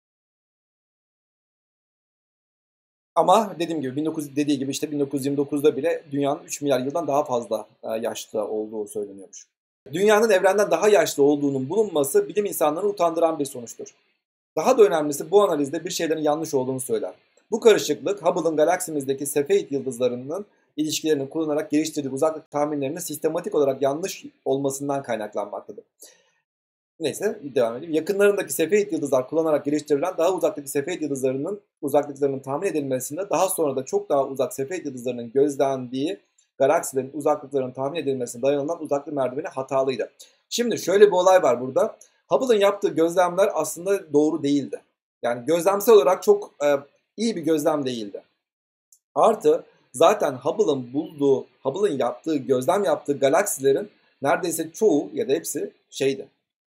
Ama dediğim gibi bin dokuz yüz dediği gibi işte bin dokuz yüz yirmi dokuzda bile dünyanın üç milyar yıldan daha fazla e, yaşlı olduğu söyleniyormuş. Dünyanın evrenden daha yaşlı olduğunun bulunması bilim insanlarını utandıran bir sonuçtur. Daha da önemlisi bu analizde bir şeylerin yanlış olduğunu söyler. Bu karışıklık Hubble'ın galaksimizdeki Cepheid yıldızlarının ilişkilerini kullanarak geliştirdiği uzaklık tahminlerinin sistematik olarak yanlış olmasından kaynaklanmaktadır. Neyse devam edeyim. Yakınlarındaki Cepheid yıldızlar kullanarak geliştirilen daha uzaktaki Cepheid yıldızlarının uzaklıklarının tahmin edilmesinde daha sonra da çok daha uzak Cepheid yıldızlarının gözlendiği galaksilerin uzaklıklarının tahmin edilmesine dayanılan uzaklık merdiveni hatalıydı. Şimdi şöyle bir olay var burada. Hubble'ın yaptığı gözlemler aslında doğru değildi. Yani gözlemsel olarak çok e, iyi bir gözlem değildi. Artı zaten Hubble'ın bulduğu, Hubble'ın yaptığı, gözlem yaptığı galaksilerin neredeyse çoğu ya da hepsi şeydi.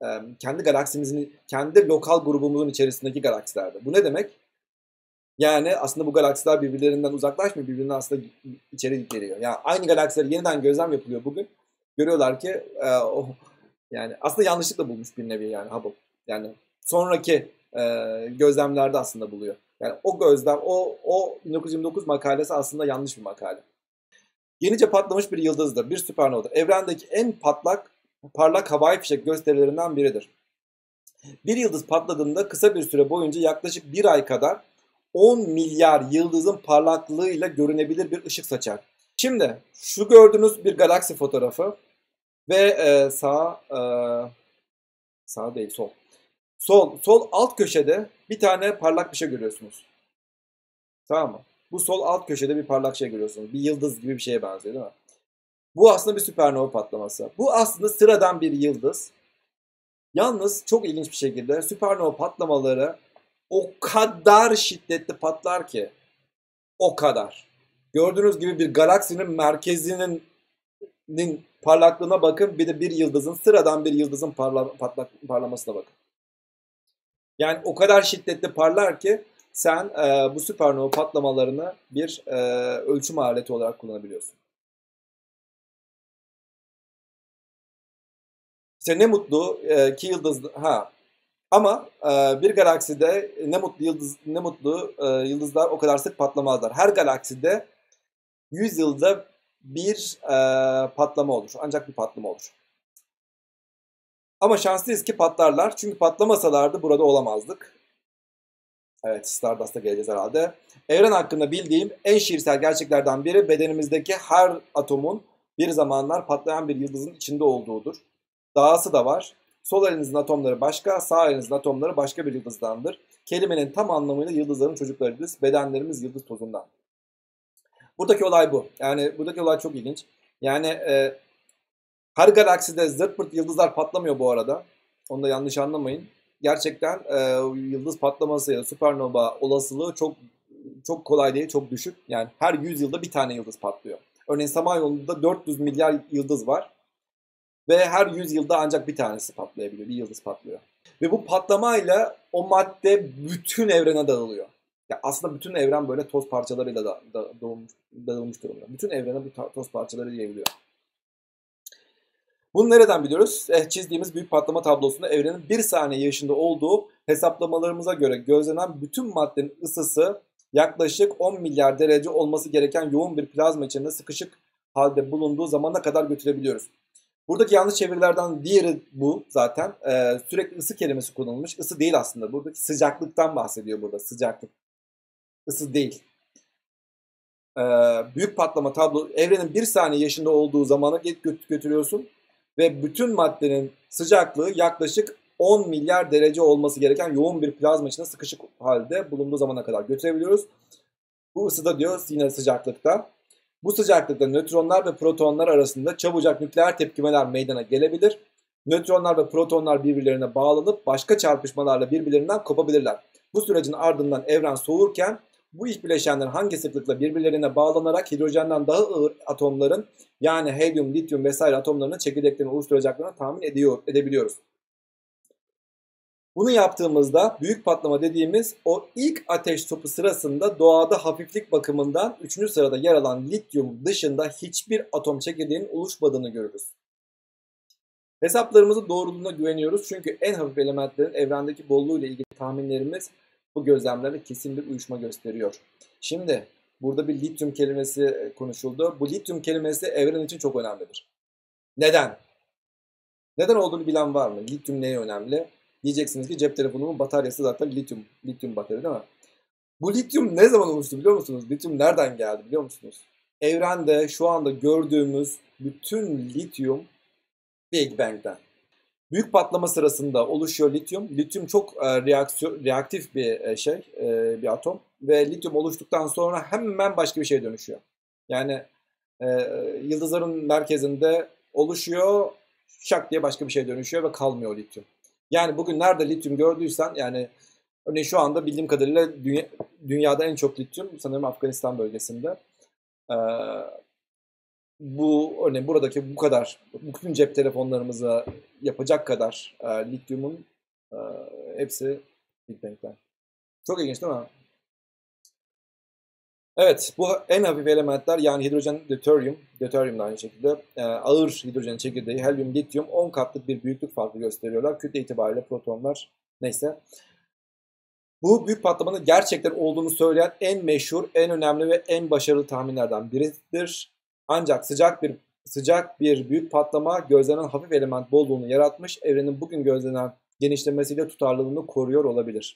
e, kendi galaksimizin, kendi lokal grubumuzun içerisindeki galaksilerde. Bu ne demek? Yani aslında bu galaksiler birbirlerinden uzaklaşmıyor, birbirinden aslında içeri geliyor. Yani aynı galaksiler yeniden gözlem yapılıyor bugün. Görüyorlar ki e, o, yani aslında yanlışlıkla bulmuş bir nevi yani Hubble. Yani sonraki e, gözlemlerde aslında buluyor. Yani o gözlem, o, o bin dokuz yüz yirmi dokuz makalesi aslında yanlış bir makale. Yenice patlamış bir yıldızdır, bir süpernovadır. Evrendeki en patlak, parlak havai fişek gösterilerinden biridir. Bir yıldız patladığında kısa bir süre boyunca yaklaşık bir ay kadar on milyar yıldızın parlaklığıyla görünebilir bir ışık saçar. Şimdi şu gördüğünüz bir galaksi fotoğrafı ve e, sağ e, sağ değil sol. Sol sol alt köşede bir tane parlak bir şey görüyorsunuz. Tamam mı? Bu sol alt köşede bir parlak şey görüyorsunuz. Bir yıldız gibi bir şeye benziyor değil mi? Bu aslında bir süpernova patlaması. Bu aslında sıradan bir yıldız. Yalnız çok ilginç bir şekilde süpernova patlamaları o kadar şiddetli patlar ki, o kadar. Gördüğünüz gibi bir galaksinin merkezinin parlaklığına bakın, bir de bir yıldızın, sıradan bir yıldızın parla, patlak, parlamasına bakın. Yani o kadar şiddetli parlar ki sen e, bu süpernova patlamalarını bir e, ölçüm aleti olarak kullanabiliyorsun. İşte ne mutlu e, ki yıldız ha ama e, bir galakside ne mutlu yıldız ne mutlu e, yıldızlar o kadar sık patlamazlar. Her galakside yüz yılda bir e, patlama olur. Ancak bir patlama olur. Ama şanslıyız ki patlarlar. Çünkü patlamasalardı burada olamazdık. Evet, Stardust'a geleceğiz herhalde. Evren hakkında bildiğim en şiirsel gerçeklerden biri bedenimizdeki her atomun bir zamanlar patlayan bir yıldızın içinde olduğudur. Dahası da var. Sol elinizin atomları başka, sağ elinizin atomları başka bir yıldızdandır. Kelimenin tam anlamıyla yıldızların çocuklarıyız. Bedenlerimiz yıldız tozundan. Buradaki olay bu. Yani buradaki olay çok ilginç. Yani e, her galakside zırt pırt yıldızlar patlamıyor bu arada. Onu da yanlış anlamayın. Gerçekten e, yıldız patlaması ya da süpernova olasılığı çok çok kolay değil, çok düşük. Yani her yüz yılda bir tane yıldız patlıyor. Örneğin Samanyolu'nda dört yüz milyar yıldız var. Ve her yüz yılda ancak bir tanesi patlayabiliyor. Bir yıldız patlıyor. Ve bu patlamayla o madde bütün evrene dağılıyor. Ya aslında bütün evren böyle toz parçalarıyla da, da, dağılmış, dağılmış durumda. Bütün evrene bu toz parçaları yayılıyor. Bunu nereden biliyoruz? Eh, çizdiğimiz büyük patlama tablosunda evrenin bir saniye yaşında olduğu hesaplamalarımıza göre gözlenen bütün maddenin ısısı yaklaşık on milyar derece olması gereken yoğun bir plazma içinde sıkışık halde bulunduğu zamana kadar götürebiliyoruz. Buradaki yanlış çevirilerden diğeri bu zaten. Ee, sürekli ısı kelimesi kullanılmış. Isı değil aslında. Buradaki sıcaklıktan bahsediyor burada. Sıcaklık. Isı değil. Ee, büyük patlama tablo evrenin bir saniye yaşında olduğu zamana götürüyorsun. Ve bütün maddenin sıcaklığı yaklaşık on milyar derece olması gereken yoğun bir plazma içinde sıkışık halde bulunduğu zamana kadar götürebiliyoruz. Bu ısıda diyor yine sıcaklıkta. Bu sıcaklıkta nötronlar ve protonlar arasında çabucak nükleer tepkimeler meydana gelebilir. Nötronlar ve protonlar birbirlerine bağlanıp başka çarpışmalarla birbirlerinden kopabilirler. Bu sürecin ardından evren soğurken bu ilk bileşenler hangi sıklıkla birbirlerine bağlanarak hidrojenden daha ağır atomların yani helyum, lityum vesaire atomlarının çekirdeklerini oluşturacaklarını tahmin ediyor, edebiliyoruz. Bunu yaptığımızda büyük patlama dediğimiz o ilk ateş topu sırasında doğada hafiflik bakımından üçüncü sırada yer alan lityum dışında hiçbir atom çekirdeğinin oluşmadığını görürüz. Hesaplarımızın doğruluğuna güveniyoruz çünkü en hafif elementlerin evrendeki bolluğu ile ilgili tahminlerimiz bu gözlemlerle kesin bir uyuşma gösteriyor. Şimdi burada bir lityum kelimesi konuşuldu. Bu lityum kelimesi evren için çok önemlidir. Neden? Neden olduğunu bilen var mı? Lityum neye önemli? Diyeceksiniz ki cep telefonumun bataryası zaten lityum, lityum batarya değil mi? Bu lityum ne zaman oluştu biliyor musunuz? Lityum nereden geldi biliyor musunuz? Evrende şu anda gördüğümüz bütün lityum Big Bang'den. Büyük patlama sırasında oluşuyor lityum. Lityum çok e, reaksiyon, reaktif bir e, şey, e, bir atom. Ve lityum oluştuktan sonra hemen başka bir şeye dönüşüyor. Yani e, yıldızların merkezinde oluşuyor, şak diye başka bir şeye dönüşüyor ve kalmıyor lityum. Yani bugün nerede lityum gördüysen, yani örneğin şu anda bildiğim kadarıyla dünya, dünyada en çok lityum sanırım Afganistan bölgesinde. Ee, bu örneğin buradaki bu kadar, bütün cep telefonlarımıza yapacak kadar e, lityumun e, hepsi Big Bang'den. Çok ilginç değil mi? Evet, bu en hafif elementler yani hidrojen, deuterium, deuterium da aynı şekilde e, ağır hidrojen çekirdeği, helyum, lityum on katlık bir büyüklük farkı gösteriyorlar. Kütle itibariyle protonlar neyse. Bu büyük patlamanın gerçekten olduğunu söyleyen en meşhur, en önemli ve en başarılı tahminlerden biridir. Ancak sıcak bir sıcak bir büyük patlama gözlenen hafif element bolluğunu yaratmış, evrenin bugün gözlenen genişlemesiyle tutarlılığını koruyor olabilir.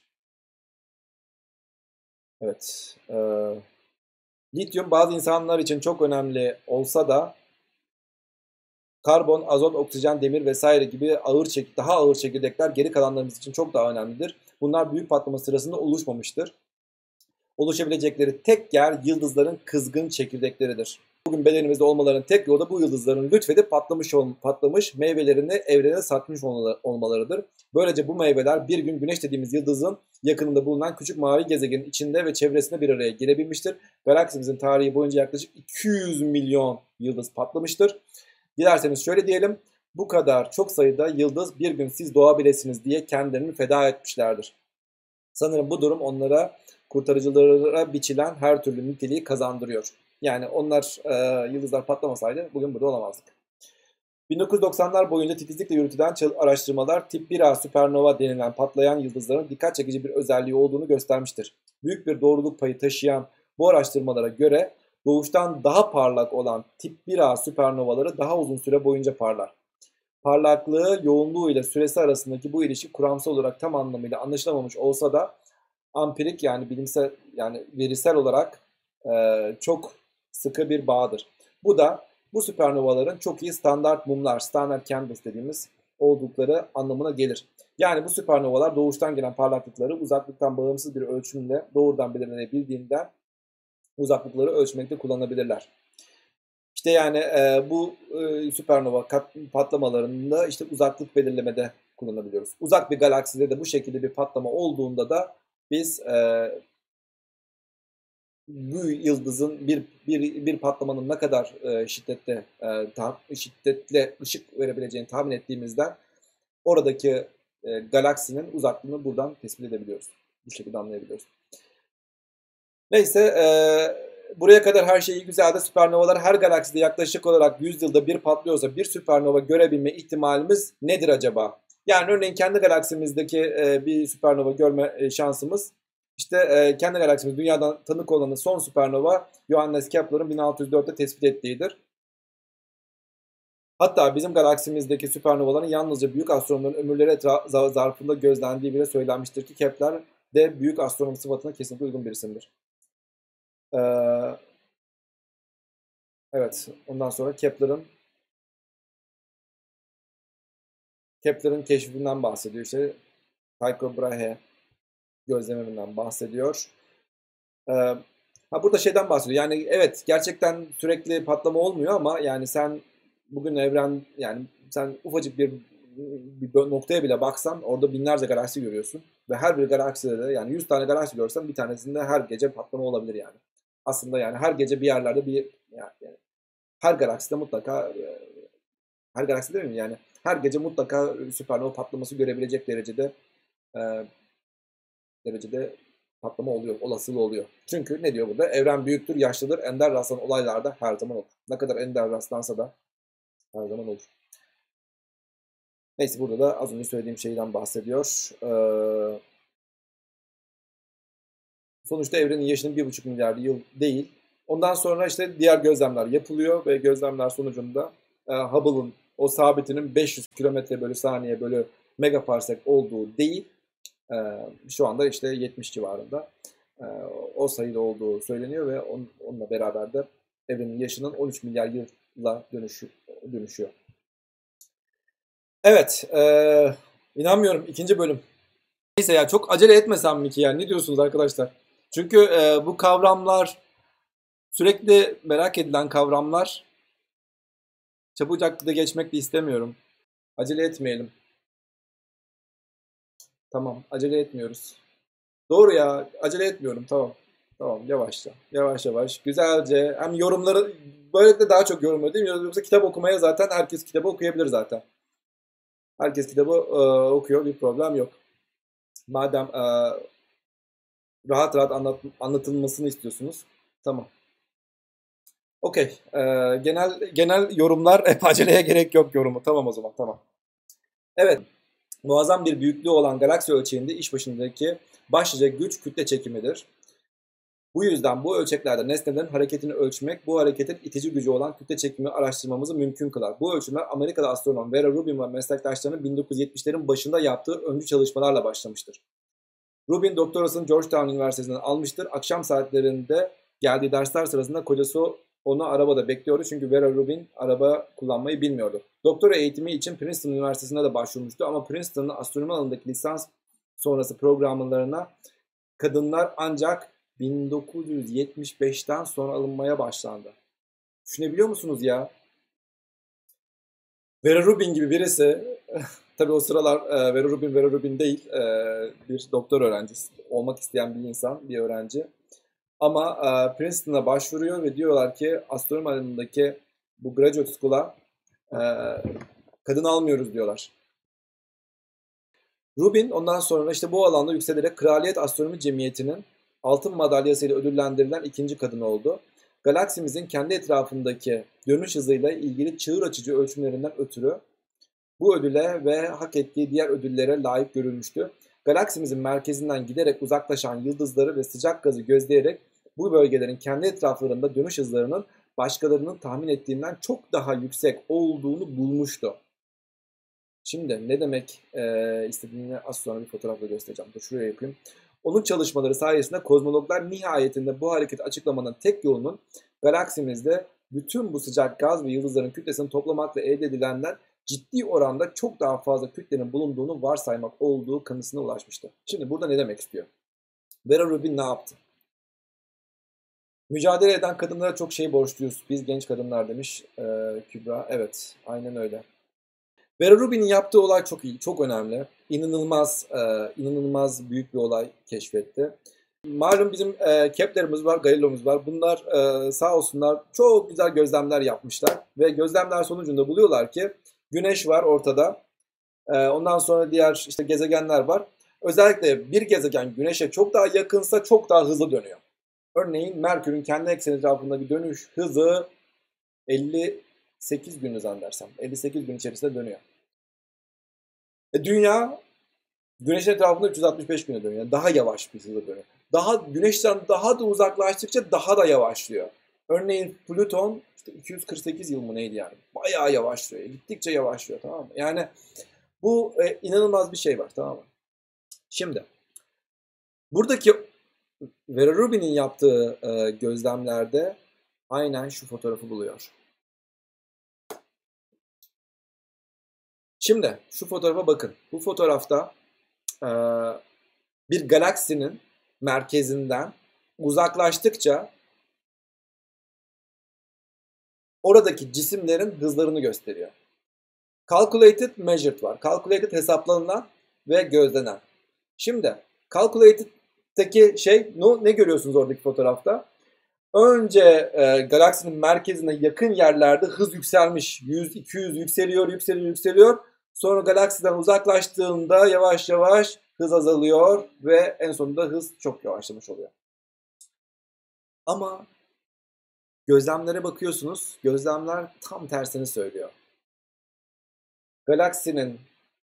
Evet. E, lityum bazı insanlar için çok önemli olsa da karbon, azot, oksijen, demir vesaire gibi ağır çek daha ağır çekirdekler geri kalanlarımız için çok daha önemlidir. Bunlar büyük patlama sırasında oluşmamıştır. Oluşabilecekleri tek yer yıldızların kızgın çekirdekleridir. Bugün bedenimizde olmalarının tek yolu da bu yıldızların lütfedip patlamış, patlamış meyvelerini evrene satmış olmalarıdır. Böylece bu meyveler bir gün Güneş dediğimiz yıldızın yakınında bulunan küçük mavi gezegenin içinde ve çevresinde bir araya gelebilmiştir. Galaksimizin tarihi boyunca yaklaşık iki yüz milyon yıldız patlamıştır. Dilerseniz şöyle diyelim, bu kadar çok sayıda yıldız bir gün siz doğabilirsiniz diye kendilerini feda etmişlerdir. Sanırım bu durum onlara kurtarıcılara biçilen her türlü niteliği kazandırıyor. Yani onlar e, yıldızlar patlamasaydı bugün burada olamazdık. bin dokuz yüz doksanlar boyunca titizlikle yürütülen araştırmalar tip bir A süpernova denilen patlayan yıldızların dikkat çekici bir özelliği olduğunu göstermiştir. Büyük bir doğruluk payı taşıyan bu araştırmalara göre doğuştan daha parlak olan tip bir A süpernovaları daha uzun süre boyunca parlar. Parlaklığı, yoğunluğu ile süresi arasındaki bu ilişki kuramsal olarak tam anlamıyla anlaşılamamış olsa da ampirik yani bilimsel yani verisel olarak e, çok sıkı bir bağdır. Bu da bu süpernovaların çok iyi standart mumlar, standard candles dediğimiz oldukları anlamına gelir. Yani bu süpernovalar doğuştan gelen parlaklıkları uzaklıktan bağımsız bir ölçümle doğrudan belirlenebildiğinden uzaklıkları ölçmekte kullanabilirler. İşte yani e, bu e, süpernova kat, patlamalarında işte uzaklık belirlemede kullanabiliyoruz. Uzak bir galakside de bu şekilde bir patlama olduğunda da biz e, bu yıldızın bir bir bir patlamanın ne kadar e, şiddette e, ta, şiddetle ışık verebileceğini tahmin ettiğimizden oradaki e, galaksinin uzaklığını buradan tespit edebiliyoruz. Bu şekilde anlayabiliyoruz. Neyse e, buraya kadar her şey iyi güzel de süpernovalar her galakside yaklaşık olarak yüz yılda bir patlıyorsa bir süpernova görebilme ihtimalimiz nedir acaba? Yani örneğin kendi galaksimizdeki e, bir süpernova görme e, şansımız işte e, kendi galaksimiz dünyadan tanık olanın son süpernova Johannes Kepler'ın bin altı yüz dörtte tespit ettiğidir. Hatta bizim galaksimizdeki süpernovaların yalnızca büyük astronomların ömürleri zarfında gözlendiği bile söylenmiştir ki Kepler de büyük astronom sıfatına kesinlikle uygun bir isimdir. Ee, evet, ondan sonra Kepler'ın Kepler'ın keşfinden bahsediyor. İşte Tycho Brahe gözleminden bahsediyor. Ee, ha burada şeyden bahsediyor. Yani evet gerçekten sürekli patlama olmuyor ama yani sen bugün evren yani sen ufacık bir bir noktaya bile baksan orada binlerce galaksi görüyorsun ve her bir galakside de yani yüz tane galaksi görsen bir tanesinde her gece patlama olabilir yani. Aslında yani her gece bir yerlerde bir yani, yani her galakside mutlaka her galaksi değil mi yani her gece mutlaka süpernova patlaması görebilecek derecede e, derecede patlama oluyor, olasılığı oluyor. Çünkü ne diyor burada? Evren büyüktür, yaşlıdır, ender rastlanan olaylarda her zaman olur. Ne kadar ender rastlansa da her zaman olur. Neyse burada da az önce söylediğim şeyden bahsediyor. Ee, sonuçta evrenin yaşının bir buçuk milyar yıl değil. Ondan sonra işte diğer gözlemler yapılıyor ve gözlemler sonucunda e, Hubble'ın o sabitinin beş yüz kilometre bölü saniye bölü megaparsek olduğu değil. E, şu anda işte yetmiş civarında. E, o sayıda olduğu söyleniyor ve on, onunla beraber de evrenin yaşının on üç milyar yılla dönüşü, dönüşüyor. Evet, e, inanmıyorum ikinci bölüm. Neyse ya çok acele etmesem mi ki yani ne diyorsunuz arkadaşlar? Çünkü e, bu kavramlar sürekli merak edilen kavramlar. Çabucak da geçmek de istemiyorum. Acele etmeyelim. Tamam, acele etmiyoruz. Doğru ya, acele etmiyorum tamam. Tamam, yavaşça. Yavaş yavaş. Güzelce. Hem yorumları böylelikle daha çok yorum değil mi? Yoksa kitap okumaya zaten herkes kitabı okuyabilir zaten. Herkes kitabı e, okuyor. Bir problem yok. Madem e, rahat rahat anlat, anlatılmasını istiyorsunuz. Tamam. Okey. E, genel genel yorumlar hep aceleye gerek yok yorumu. Tamam o zaman. Tamam. Evet. Muazzam bir büyüklüğü olan galaksi ölçeğinde iş başındaki başlıca güç kütle çekimidir. Bu yüzden bu ölçeklerde nesnelerin hareketini ölçmek, bu hareketin itici gücü olan kütle çekimi araştırmamızı mümkün kılar. Bu ölçümler Amerikalı astronom Vera Rubin ve meslektaşlarının bin dokuz yüz yetmişlerin başında yaptığı öncü çalışmalarla başlamıştır. Rubin doktorasını Georgetown Üniversitesi'nden almıştır. Akşam saatlerinde geldiği dersler sırasında kocası onu arabada bekliyordu çünkü Vera Rubin araba kullanmayı bilmiyordu. Doktora eğitimi için Princeton Üniversitesi'ne de başvurmuştu ama Princeton'ın astronomi alanındaki lisans sonrası programlarına kadınlar ancak bin dokuz yüz yetmiş beşten sonra alınmaya başlandı. Düşünebiliyor musunuz ya? Vera Rubin gibi birisi, tabii o sıralar e, Vera Rubin Vera Rubin değil, e, bir doktor öğrencisi, olmak isteyen bir insan, bir öğrenci. Ama e, Princeton'a başvuruyor ve diyorlar ki astronomi alanındaki bu graduate school'a e, kadın almıyoruz diyorlar. Rubin ondan sonra işte bu alanda yükselerek Kraliyet Astronomi Cemiyeti'nin altın madalyasıyla ödüllendirilen ikinci kadın oldu. Galaksimizin kendi etrafındaki dönüş hızıyla ilgili çığır açıcı ölçümlerinden ötürü bu ödüle ve hak ettiği diğer ödüllere layık görülmüştü. Galaksimizin merkezinden giderek uzaklaşan yıldızları ve sıcak gazı gözleyerek bu bölgelerin kendi etraflarında dönüş hızlarının başkalarının tahmin ettiğinden çok daha yüksek olduğunu bulmuştu. Şimdi ne demek e, istediğini az sonra bir fotoğrafla göstereceğim. Dur şuraya yapayım. Onun çalışmaları sayesinde kozmologlar nihayetinde bu hareketi açıklamanın tek yolunun galaksimizde bütün bu sıcak gaz ve yıldızların kütlesini toplamakla elde edilenden ciddi oranda çok daha fazla kütlenin bulunduğunu varsaymak olduğu kanısına ulaşmıştı. Şimdi burada ne demek istiyor? Vera Rubin ne yaptı? Mücadele eden kadınlara çok şey borçluyuz. Biz genç kadınlar demiş e, Kübra. Evet, aynen öyle. Vera Rubin'in yaptığı olay çok iyi, çok önemli. İnanılmaz, e, inanılmaz büyük bir olay keşfetti. Malum bizim e, Kepler'imiz var, Galileo'muz var. Bunlar e, sağ olsunlar çok güzel gözlemler yapmışlar. Ve gözlemler sonucunda buluyorlar ki Güneş var ortada. E, ondan sonra diğer işte gezegenler var. Özellikle bir gezegen Güneş'e çok daha yakınsa çok daha hızlı dönüyor. Örneğin Merkür'ün kendi ekseni etrafındaki dönüş hızı elli sekiz gün zannedersem. elli sekiz gün içerisinde dönüyor. E, Dünya Güneş'in etrafında üç yüz altmış beş güne dönüyor. Yani daha yavaş bir hızla dönüyor. Daha Güneş'ten daha da uzaklaştıkça daha da yavaşlıyor. Örneğin Plüton işte iki yüz kırk sekiz yıl mı neydi yani? Bayağı yavaşlıyor. Gittikçe yavaşlıyor, tamam mı? Yani bu e, inanılmaz bir şey var, tamam mı? Şimdi buradaki Vera Rubin'in yaptığı e, gözlemlerde aynen şu fotoğrafı buluyor. Şimdi şu fotoğrafa bakın. Bu fotoğrafta e, bir galaksinin merkezinden uzaklaştıkça oradaki cisimlerin hızlarını gösteriyor. Calculated measured var. Calculated hesaplanılan ve gözlenen. Şimdi calculated'teki şey ne, ne görüyorsunuz oradaki fotoğrafta? Önce e, galaksinin merkezine yakın yerlerde hız yükselmiş. yüz iki yüz yükseliyor, yükseliyor, yükseliyor. Sonra galaksiden uzaklaştığında yavaş yavaş hız azalıyor ve en sonunda hız çok yavaşlamış oluyor. Ama gözlemlere bakıyorsunuz, gözlemler tam tersini söylüyor. Galaksinin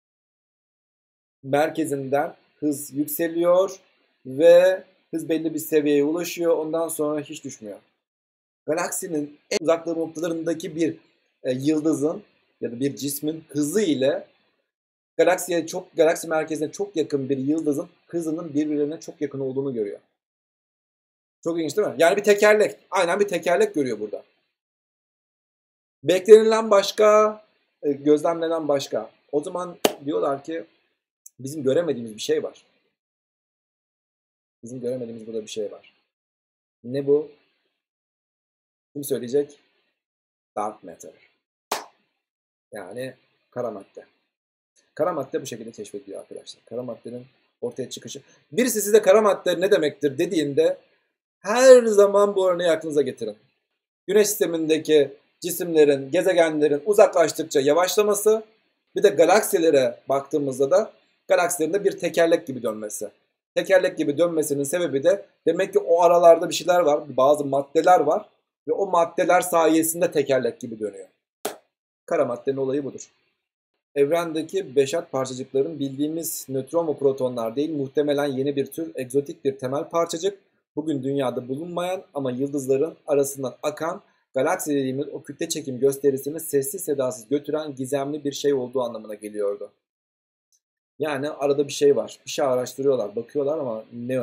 merkezinden hız yükseliyor ve hız belli bir seviyeye ulaşıyor. Ondan sonra hiç düşmüyor. Galaksinin en uzak noktalarındaki bir e, yıldızın ya da bir cismin hızı ile galaksiye çok galaksi merkezine çok yakın bir yıldızın hızının birbirlerine çok yakın olduğunu görüyor. Çok ilginç değil mi? Yani bir tekerlek. Aynen bir tekerlek görüyor burada. Beklenilen başka, e, gözlemlenen başka. O zaman diyorlar ki bizim göremediğimiz bir şey var. Bizim göremediğimiz burada bir şey var. Ne bu? Kim söyleyecek? Dark matter. Yani kara madde. Kara madde bu şekilde keşfediliyor arkadaşlar. Kara maddenin ortaya çıkışı. Birisi size kara madde ne demektir dediğinde Her zaman bu örneği aklınıza getirin. Güneş sistemindeki cisimlerin, gezegenlerin uzaklaştıkça yavaşlaması, bir de galaksilere baktığımızda da galaksilerin de bir tekerlek gibi dönmesi. Tekerlek gibi dönmesinin sebebi de demek ki o aralarda bir şeyler var, bazı maddeler var ve o maddeler sayesinde tekerlek gibi dönüyor. Kara maddenin olayı budur. Evrendeki beşat parçacıkların bildiğimiz nötron ve protonlar değil, muhtemelen yeni bir tür egzotik bir temel parçacık, bugün dünyada bulunmayan ama yıldızların arasından akan, galaksi dediğimiz o kütle çekim gösterisini sessiz sedasız götüren gizemli bir şey olduğu anlamına geliyordu. Yani arada bir şey var. Bir şey araştırıyorlar, bakıyorlar ama ne o?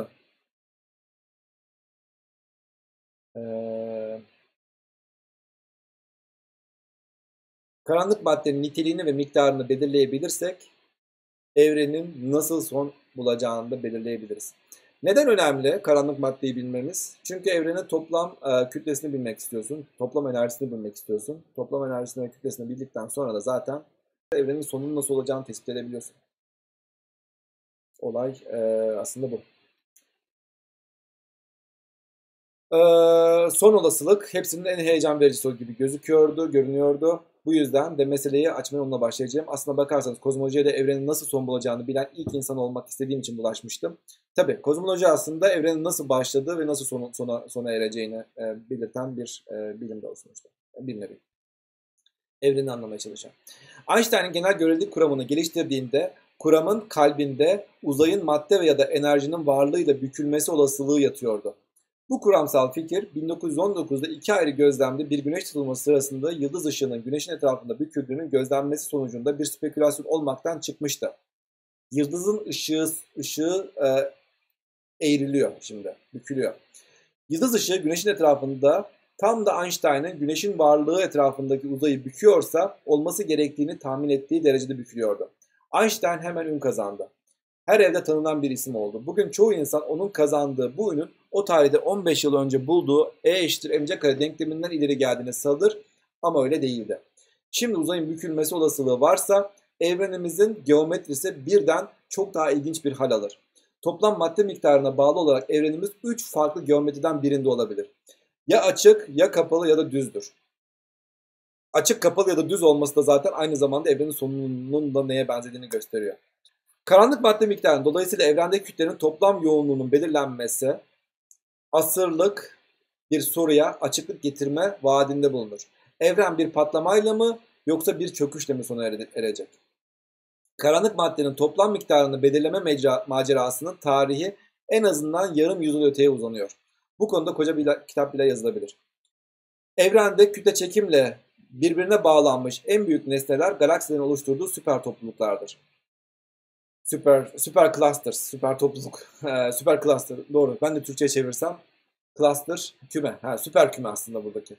Ee, karanlık maddenin niteliğini ve miktarını belirleyebilirsek evrenin nasıl son bulacağını da belirleyebiliriz. Neden önemli karanlık maddeyi bilmemiz? Çünkü evrenin toplam e, kütlesini bilmek istiyorsun. Toplam enerjisini bilmek istiyorsun. Toplam enerjisini ve kütlesini bildikten sonra da zaten evrenin sonunun nasıl olacağını tespit edebiliyorsun. Olay e, aslında bu. Ee, son olasılık hepsinin en heyecan vericisi gibi gözüküyordu, görünüyordu. Bu yüzden de meseleyi açmaya onunla başlayacağım. Aslına bakarsanız kozmolojiye de evrenin nasıl son bulacağını bilen ilk insan olmak istediğim için bulaşmıştım. Tabii kozmoloji aslında evrenin nasıl başladığı ve nasıl sona, sona, sona ereceğini e, belirten bir e, bilim dalı sonuçta. Bir nevi. Evreni anlamaya çalışan. Einstein'ın genel görelilik kuramını geliştirdiğinde kuramın kalbinde uzayın madde veya da enerjinin varlığıyla bükülmesi olasılığı yatıyordu. Bu kuramsal fikir bin dokuz yüz on dokuzda iki ayrı gözlemde bir güneş tutulması sırasında yıldız ışığının güneşin etrafında büküldüğünün gözlenmesi sonucunda bir spekülasyon olmaktan çıkmıştı. Yıldızın ışığı, ışığı e, eğriliyor şimdi, bükülüyor. Yıldız ışığı güneşin etrafında tam da Einstein'ın güneşin varlığı etrafındaki uzayı büküyorsa olması gerektiğini tahmin ettiği derecede bükülüyordu. Einstein hemen ün kazandı. Her evde tanınan bir isim oldu. Bugün çoğu insan onun kazandığı bu ünün o tarihte on beş yıl önce bulduğu E eşittir mc kare denkleminden ileri geldiğini sanılır ama öyle değildi. Şimdi uzayın bükülmesi olasılığı varsa evrenimizin geometrisi birden çok daha ilginç bir hal alır. Toplam madde miktarına bağlı olarak evrenimiz üç farklı geometriden birinde olabilir. Ya açık, ya kapalı ya da düzdür. Açık, kapalı ya da düz olması da zaten aynı zamanda evrenin sonunun da neye benzediğini gösteriyor. Karanlık madde miktarının dolayısıyla evrendeki kütlenin toplam yoğunluğunun belirlenmesi asırlık bir soruya açıklık getirme vaadinde bulunur. Evren bir patlamayla mı yoksa bir çöküşle mi sona erecek? Karanlık maddenin toplam miktarını belirleme mecra, macerasının tarihi en azından yarım yüzyıl öteye uzanıyor. Bu konuda koca bir kitap bile yazılabilir. Evrende kütle çekimle birbirine bağlanmış en büyük nesneler galaksilerin oluşturduğu süper topluluklardır. Süper, süper cluster, süper topluluk, ee, süper cluster, doğru. Ben de Türkçe'ye çevirsem cluster, küme, ha, süper küme aslında buradaki.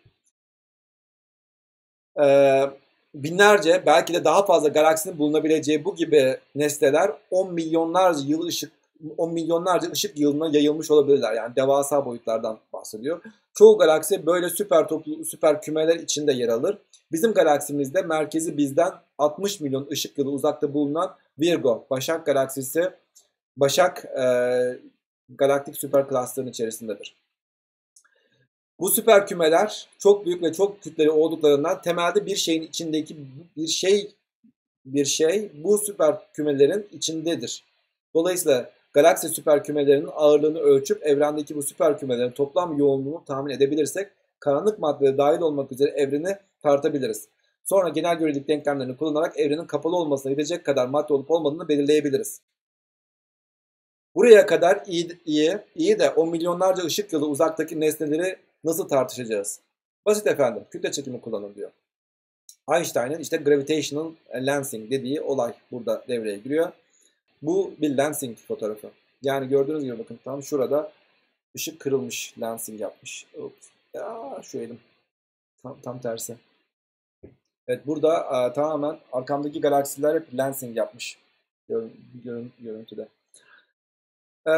Ee, binlerce, belki de daha fazla galaksinin bulunabileceği bu gibi nesneler on milyonlarca yıl ışık, on milyonlarca ışık yılına yayılmış olabilirler. Yani devasa boyutlardan bahsediyor. Çoğu galaksi böyle süper toplu, süper kümeler içinde yer alır. Bizim galaksimizde merkezi bizden altmış milyon ışık yılı uzakta bulunan Virgo, Başak galaksisi, Başak e, galaktik süper cluster'ın içerisindedir. Bu süper kümeler çok büyük ve çok kütleli olduklarından temelde bir şeyin içindeki bir şey bir şey bu süper kümelerin içindedir. Dolayısıyla galaksi süper kümelerinin ağırlığını ölçüp evrendeki bu süper kümelerin toplam yoğunluğunu tahmin edebilirsek karanlık maddeye dahil olmak üzere evreni tartabiliriz. Sonra genel görelilik denklemlerini kullanarak evrenin kapalı olmasına yetecek kadar madde olup olmadığını belirleyebiliriz. Buraya kadar iyi, iyi, iyi de on milyonlarca ışık yılı uzaktaki nesneleri nasıl tartışacağız? Basit efendim, kütle çekimi kullanın diyor. Einstein'ın işte gravitational lensing dediği olay burada devreye giriyor. Bu bir lensing fotoğrafı. Yani gördüğünüz gibi bakın tam şurada ışık kırılmış, lensing yapmış. Ups. Ya şu elim. Tam, tam tersi. Evet burada e, tamamen arkamdaki galaksiler hep lensing yapmış. Görün, görün, görüntüde. E,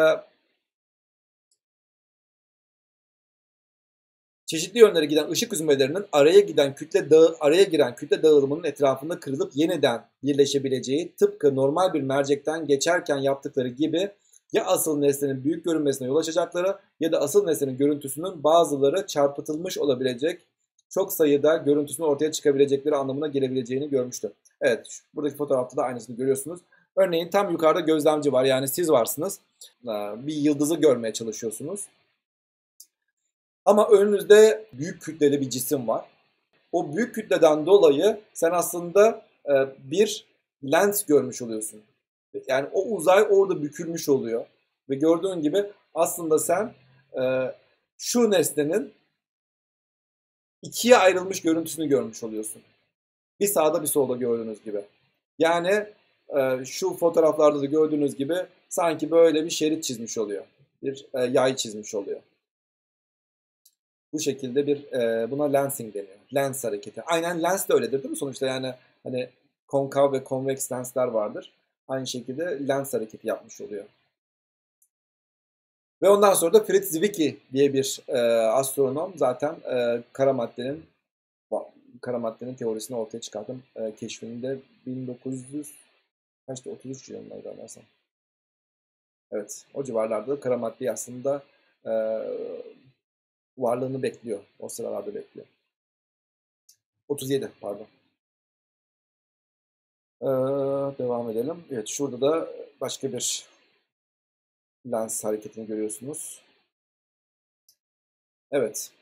çeşitli yönlere giden ışık hüzmelerinin araya giden kütle dağı, araya giren kütle dağılımının etrafında kırılıp yeniden birleşebileceği tıpkı normal bir mercekten geçerken yaptıkları gibi Ya asıl nesnenin büyük görünmesine yol açacakları ya da asıl nesnenin görüntüsünün bazıları çarpıtılmış olabilecek çok sayıda görüntüsünün ortaya çıkabilecekleri anlamına gelebileceğini görmüştü. Evet, buradaki fotoğrafta da aynısını görüyorsunuz. Örneğin tam yukarıda gözlemci var. Yani siz varsınız. Bir yıldızı görmeye çalışıyorsunuz. Ama önünüzde büyük kütleli bir cisim var. O büyük kütleden dolayı sen aslında bir lens görmüş oluyorsun. Yani o uzay orada bükülmüş oluyor. Ve gördüğün gibi aslında sen şu nesnenin ikiye ayrılmış görüntüsünü görmüş oluyorsun. Bir sağda bir solda gördüğünüz gibi. Yani e, şu fotoğraflarda da gördüğünüz gibi sanki böyle bir şerit çizmiş oluyor. Bir e, yay çizmiş oluyor. Bu şekilde bir e, buna lensing deniyor. Lens hareketi. Aynen lens de öyledir değil mi? Sonuçta yani hani konkav ve konveks lensler vardır. Aynı şekilde lens hareketi yapmış oluyor. Ve ondan sonra da Fritz Zwicky diye bir e, astronom zaten e, kara maddenin kara maddenin teorisini ortaya çıkartan e, keşfinde bin dokuz yüz kaçtı otuz üç yılındaydı anlarsam. Evet, o civarlarda kara maddeyi aslında e, varlığını bekliyor. O sıralarda bekliyor. otuz yedi pardon. Ee, devam edelim. Evet, şurada da başka bir lens hareketini görüyorsunuz. Evet.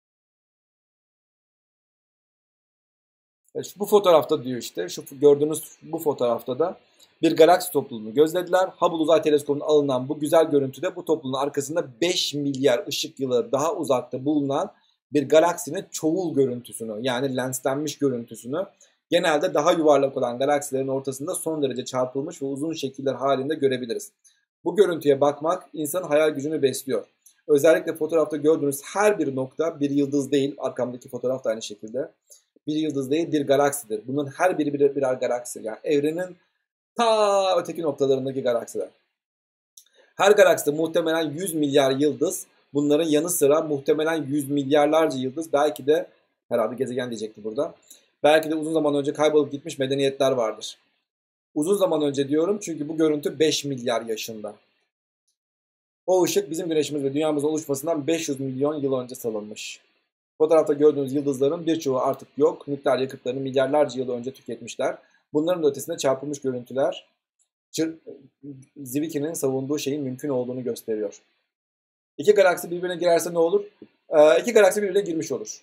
Evet, bu fotoğrafta diyor işte, şu gördüğünüz bu fotoğrafta da bir galaksi topluluğunu gözlediler. Hubble Uzay Teleskobu'nun alınan bu güzel görüntüde bu topluluğun arkasında beş milyar ışık yılı daha uzakta bulunan bir galaksinin çoğul görüntüsünü, yani lenslenmiş görüntüsünü, genelde daha yuvarlak olan galaksilerin ortasında son derece çarpılmış ve uzun şekiller halinde görebiliriz. Bu görüntüye bakmak insanın hayal gücünü besliyor. Özellikle fotoğrafta gördüğünüz her bir nokta bir yıldız değil, arkamdaki fotoğraf da aynı şekilde. Bir yıldız değil, bir galaksidir. Bunun her biri birer, birer galaksi. Yani evrenin ta öteki noktalarındaki galaksiler. Her galakside muhtemelen yüz milyar yıldız. Bunların yanı sıra muhtemelen yüz milyarlarca yıldız. Belki de, herhalde gezegen diyecekti burada. Belki de uzun zaman önce kaybolup gitmiş medeniyetler vardır. Uzun zaman önce diyorum çünkü bu görüntü beş milyar yaşında. O ışık bizim güneşimiz ve dünyamızın oluşmasından beş yüz milyon yıl önce salınmış. Fotoğrafta gördüğünüz yıldızların birçoğu artık yok. Nükleer yakıtlarını milyarlarca yıl önce tüketmişler. Bunların da ötesinde çarpılmış görüntüler Zwicky'nin savunduğu şeyin mümkün olduğunu gösteriyor. İki galaksi birbirine girerse ne olur? Ee, iki galaksi birbirine girmiş olur.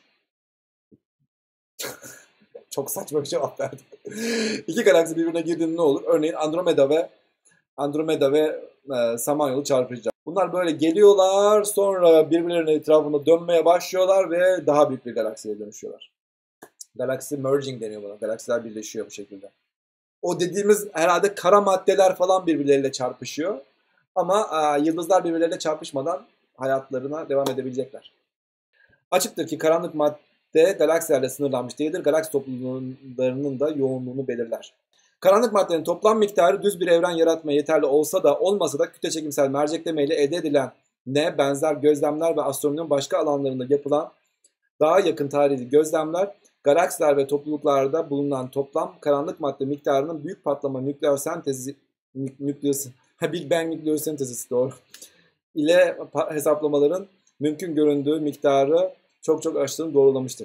Çok saçma bir cevap verdim. İki galaksi birbirine girdiğinde ne olur? Örneğin Andromeda ve Andromeda ve e, Samanyolu çarpışacak. Bunlar böyle geliyorlar, sonra birbirlerinin etrafında dönmeye başlıyorlar ve daha büyük bir galaksiye dönüşüyorlar. Galaxy merging deniyor buna. Galaksiler birleşiyor bu şekilde. O dediğimiz herhalde kara maddeler falan birbirleriyle çarpışıyor. Ama e, yıldızlar birbirleriyle çarpışmadan hayatlarına devam edebilecekler. Açıktır ki karanlık madde galaksilerle sınırlanmış değildir. Galaksi topluluklarının da yoğunluğunu belirler. Karanlık maddenin toplam miktarı düz bir evren yaratmaya yeterli olsa da olmasa da kütle çekimsel mercekleme ile elde edilen ne benzer gözlemler ve astronominin başka alanlarında yapılan daha yakın tarihli gözlemler galaksiler ve topluluklarda bulunan toplam karanlık madde miktarının büyük patlama nükleer sentezi nükleus Big Bang nükleer sentezisi doğru ile hesaplamaların mümkün göründüğü miktarı çok çok aştığını doğrulamıştır.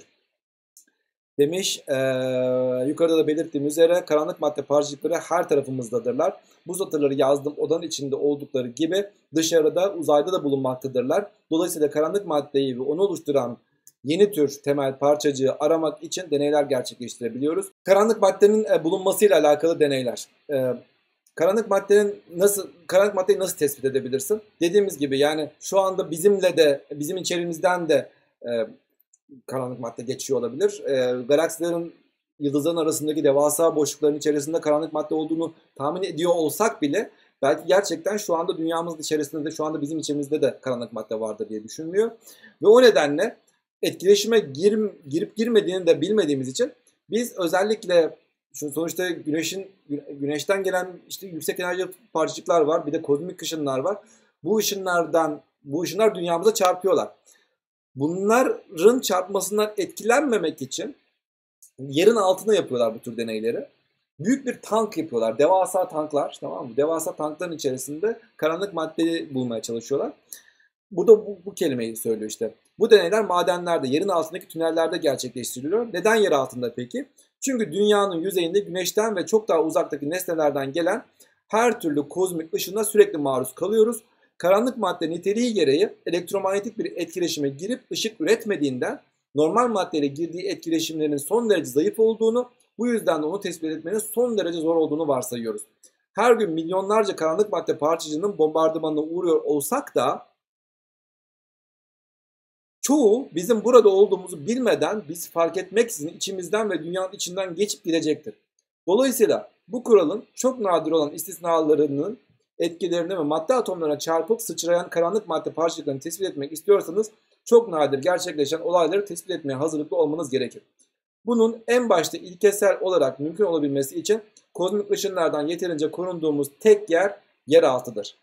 Demiş, e, yukarıda da belirttiğim üzere karanlık madde parçacıkları her tarafımızdadırlar. Bu satırları yazdığım odanın içinde oldukları gibi dışarıda, uzayda da bulunmaktadırlar. Dolayısıyla karanlık maddeyi ve onu oluşturan yeni tür temel parçacığı aramak için deneyler gerçekleştirebiliyoruz. Karanlık maddenin e, bulunmasıyla alakalı deneyler. E, karanlık maddenin nasıl karanlık maddeyi nasıl tespit edebilirsin? Dediğimiz gibi yani şu anda bizimle de bizim içerimizden de e, karanlık madde geçiyor olabilir. E, galaksilerin, yıldızların arasındaki devasa boşlukların içerisinde karanlık madde olduğunu tahmin ediyor olsak bile belki gerçekten şu anda dünyamızın içerisinde de şu anda bizim içimizde de karanlık madde vardır diye düşünülüyor. Ve o nedenle etkileşime gir, girip girmediğini de bilmediğimiz için biz özellikle şu sonuçta güneşin güneşten gelen işte yüksek enerji parçacıklar var. Bir de kozmik ışınlar var. Bu ışınlardan bu ışınlar dünyamıza çarpıyorlar. Bunların çarpmasından etkilenmemek için yerin altına yapıyorlar bu tür deneyleri. Büyük bir tank yapıyorlar. Devasa tanklar, tamam mı? Devasa tankların içerisinde karanlık maddeyi bulmaya çalışıyorlar. Burada bu, bu kelimeyi söylüyor işte. Bu deneyler madenlerde, yerin altındaki tünellerde gerçekleştiriliyor. Neden yer altında peki? Çünkü dünyanın yüzeyinde güneşten ve çok daha uzaktaki nesnelerden gelen her türlü kozmik ışına sürekli maruz kalıyoruz. Karanlık madde niteliği gereği elektromanyetik bir etkileşime girip ışık üretmediğinden normal maddeyle girdiği etkileşimlerin son derece zayıf olduğunu, bu yüzden de onu tespit etmenin son derece zor olduğunu varsayıyoruz. Her gün milyonlarca karanlık madde parçacığının bombardımanına uğruyor olsak da çoğu bizim burada olduğumuzu bilmeden biz fark etmeksizin içimizden ve dünyanın içinden geçip gidecektir. Dolayısıyla bu kuralın çok nadir olan istisnalarının etkilerini ve madde atomlarına çarpıp sıçrayan karanlık madde parçacıklarını tespit etmek istiyorsanız çok nadir gerçekleşen olayları tespit etmeye hazırlıklı olmanız gerekir. Bunun en başta ilkesel olarak mümkün olabilmesi için kozmik ışınlardan yeterince korunduğumuz tek yer yeraltıdır.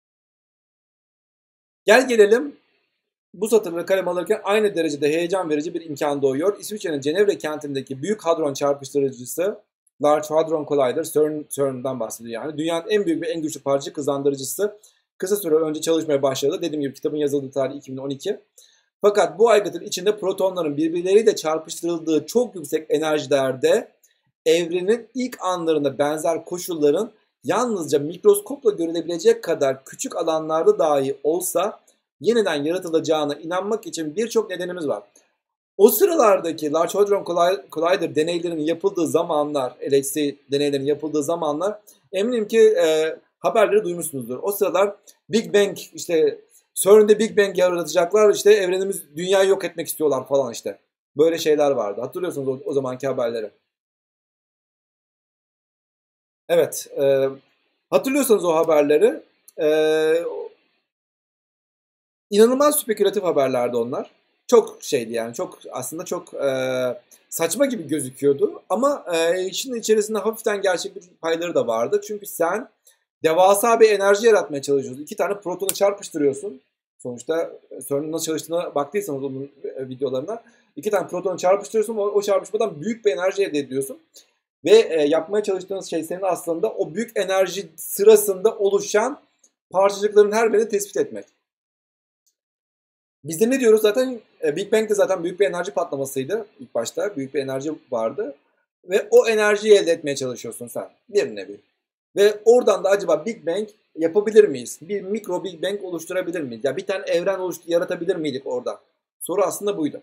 Gel gelelim bu satırları kaleme alırken aynı derecede heyecan verici bir imkan doğuyor. İsviçre'nin Cenevre kentindeki Büyük Hadron Çarpıştırıcısı Large Hadron Collider, CERN, CERN'den bahsediyor yani. Dünyanın en büyük ve en güçlü parçacık hızlandırıcısı kısa süre önce çalışmaya başladı. Dediğim gibi kitabın yazıldığı tarih iki bin on iki. Fakat bu aygıtın içinde protonların birbirleriyle çarpıştırıldığı çok yüksek enerjilerde evrenin ilk anlarında benzer koşulların yalnızca mikroskopla görülebilecek kadar küçük alanlarda dahi olsa yeniden yaratılacağına inanmak için birçok nedenimiz var. O sıralardaki Large Hadron Collider deneylerinin yapıldığı zamanlar, L H C deneylerinin yapıldığı zamanlar eminim ki e, haberleri duymuşsunuzdur. O sıralar Big Bang, işte CERN'de Big Bang yaratacaklar, işte evrenimiz, dünyayı yok etmek istiyorlar falan işte. Böyle şeyler vardı. Hatırlıyorsunuz o, o zamanki haberleri. Evet, e, hatırlıyorsanız o haberleri, e, inanılmaz spekülatif haberlerdi onlar. Çok şeydi yani, çok aslında çok e, saçma gibi gözüküyordu. Ama e, işin içerisinde hafiften gerçeklik payları da vardı. Çünkü sen devasa bir enerji yaratmaya çalışıyorsun. İki tane protonu çarpıştırıyorsun. Sonuçta CERN'ün nasıl çalıştığına baktıysanız onun videolarına. İki tane protonu çarpıştırıyorsun. O, o çarpışmadan büyük bir enerji elde ediyorsun. Ve e, yapmaya çalıştığınız şey senin aslında o büyük enerji sırasında oluşan parçacıkların her birini tespit etmek. Biz de ne diyoruz zaten? Big Bang de zaten büyük bir enerji patlamasıydı ilk başta. Büyük bir enerji vardı. Ve o enerjiyi elde etmeye çalışıyorsun sen. Bir nevi. Ve oradan da acaba Big Bang yapabilir miyiz? Bir mikro Big Bang oluşturabilir miyiz? Ya bir tane evren oluştur yaratabilir miydik orada? Soru aslında buydu.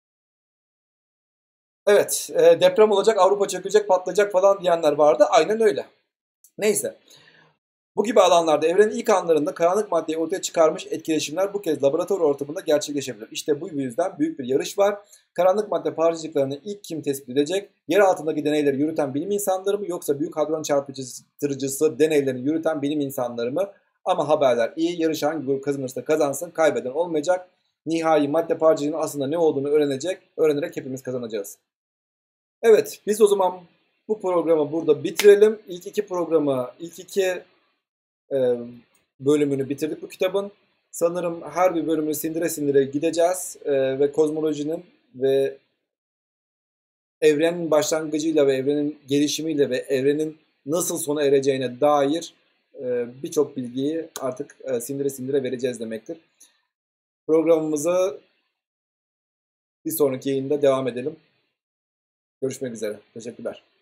Evet, deprem olacak, Avrupa çökecek, patlayacak falan diyenler vardı. Aynen öyle. Neyse. Bu gibi alanlarda evrenin ilk anlarında karanlık maddeyi ortaya çıkarmış etkileşimler bu kez laboratuvar ortamında gerçekleşebilir. İşte bu yüzden büyük bir yarış var. Karanlık madde parçacıklarını ilk kim tespit edecek? Yer altındaki deneyleri yürüten bilim insanları mı, yoksa büyük hadron çarpıcısı deneylerini yürüten bilim insanları mı? Ama haberler iyi. Yarış hangi grup kazanırsa kazansın, kaybeden olmayacak. Nihai madde parçacığının aslında ne olduğunu öğrenecek. Öğrenerek hepimiz kazanacağız. Evet, biz o zaman bu programı burada bitirelim. İlk iki programı, ilk iki bölümünü bitirdik bu kitabın. Sanırım her bir bölümünü sindire sindire gideceğiz e, ve kozmolojinin ve evrenin başlangıcıyla ve evrenin gelişimiyle ve evrenin nasıl sona ereceğine dair e, birçok bilgiyi artık e, sindire sindire vereceğiz demektir. Programımızı bir sonraki yayında devam edelim. Görüşmek üzere. Teşekkürler.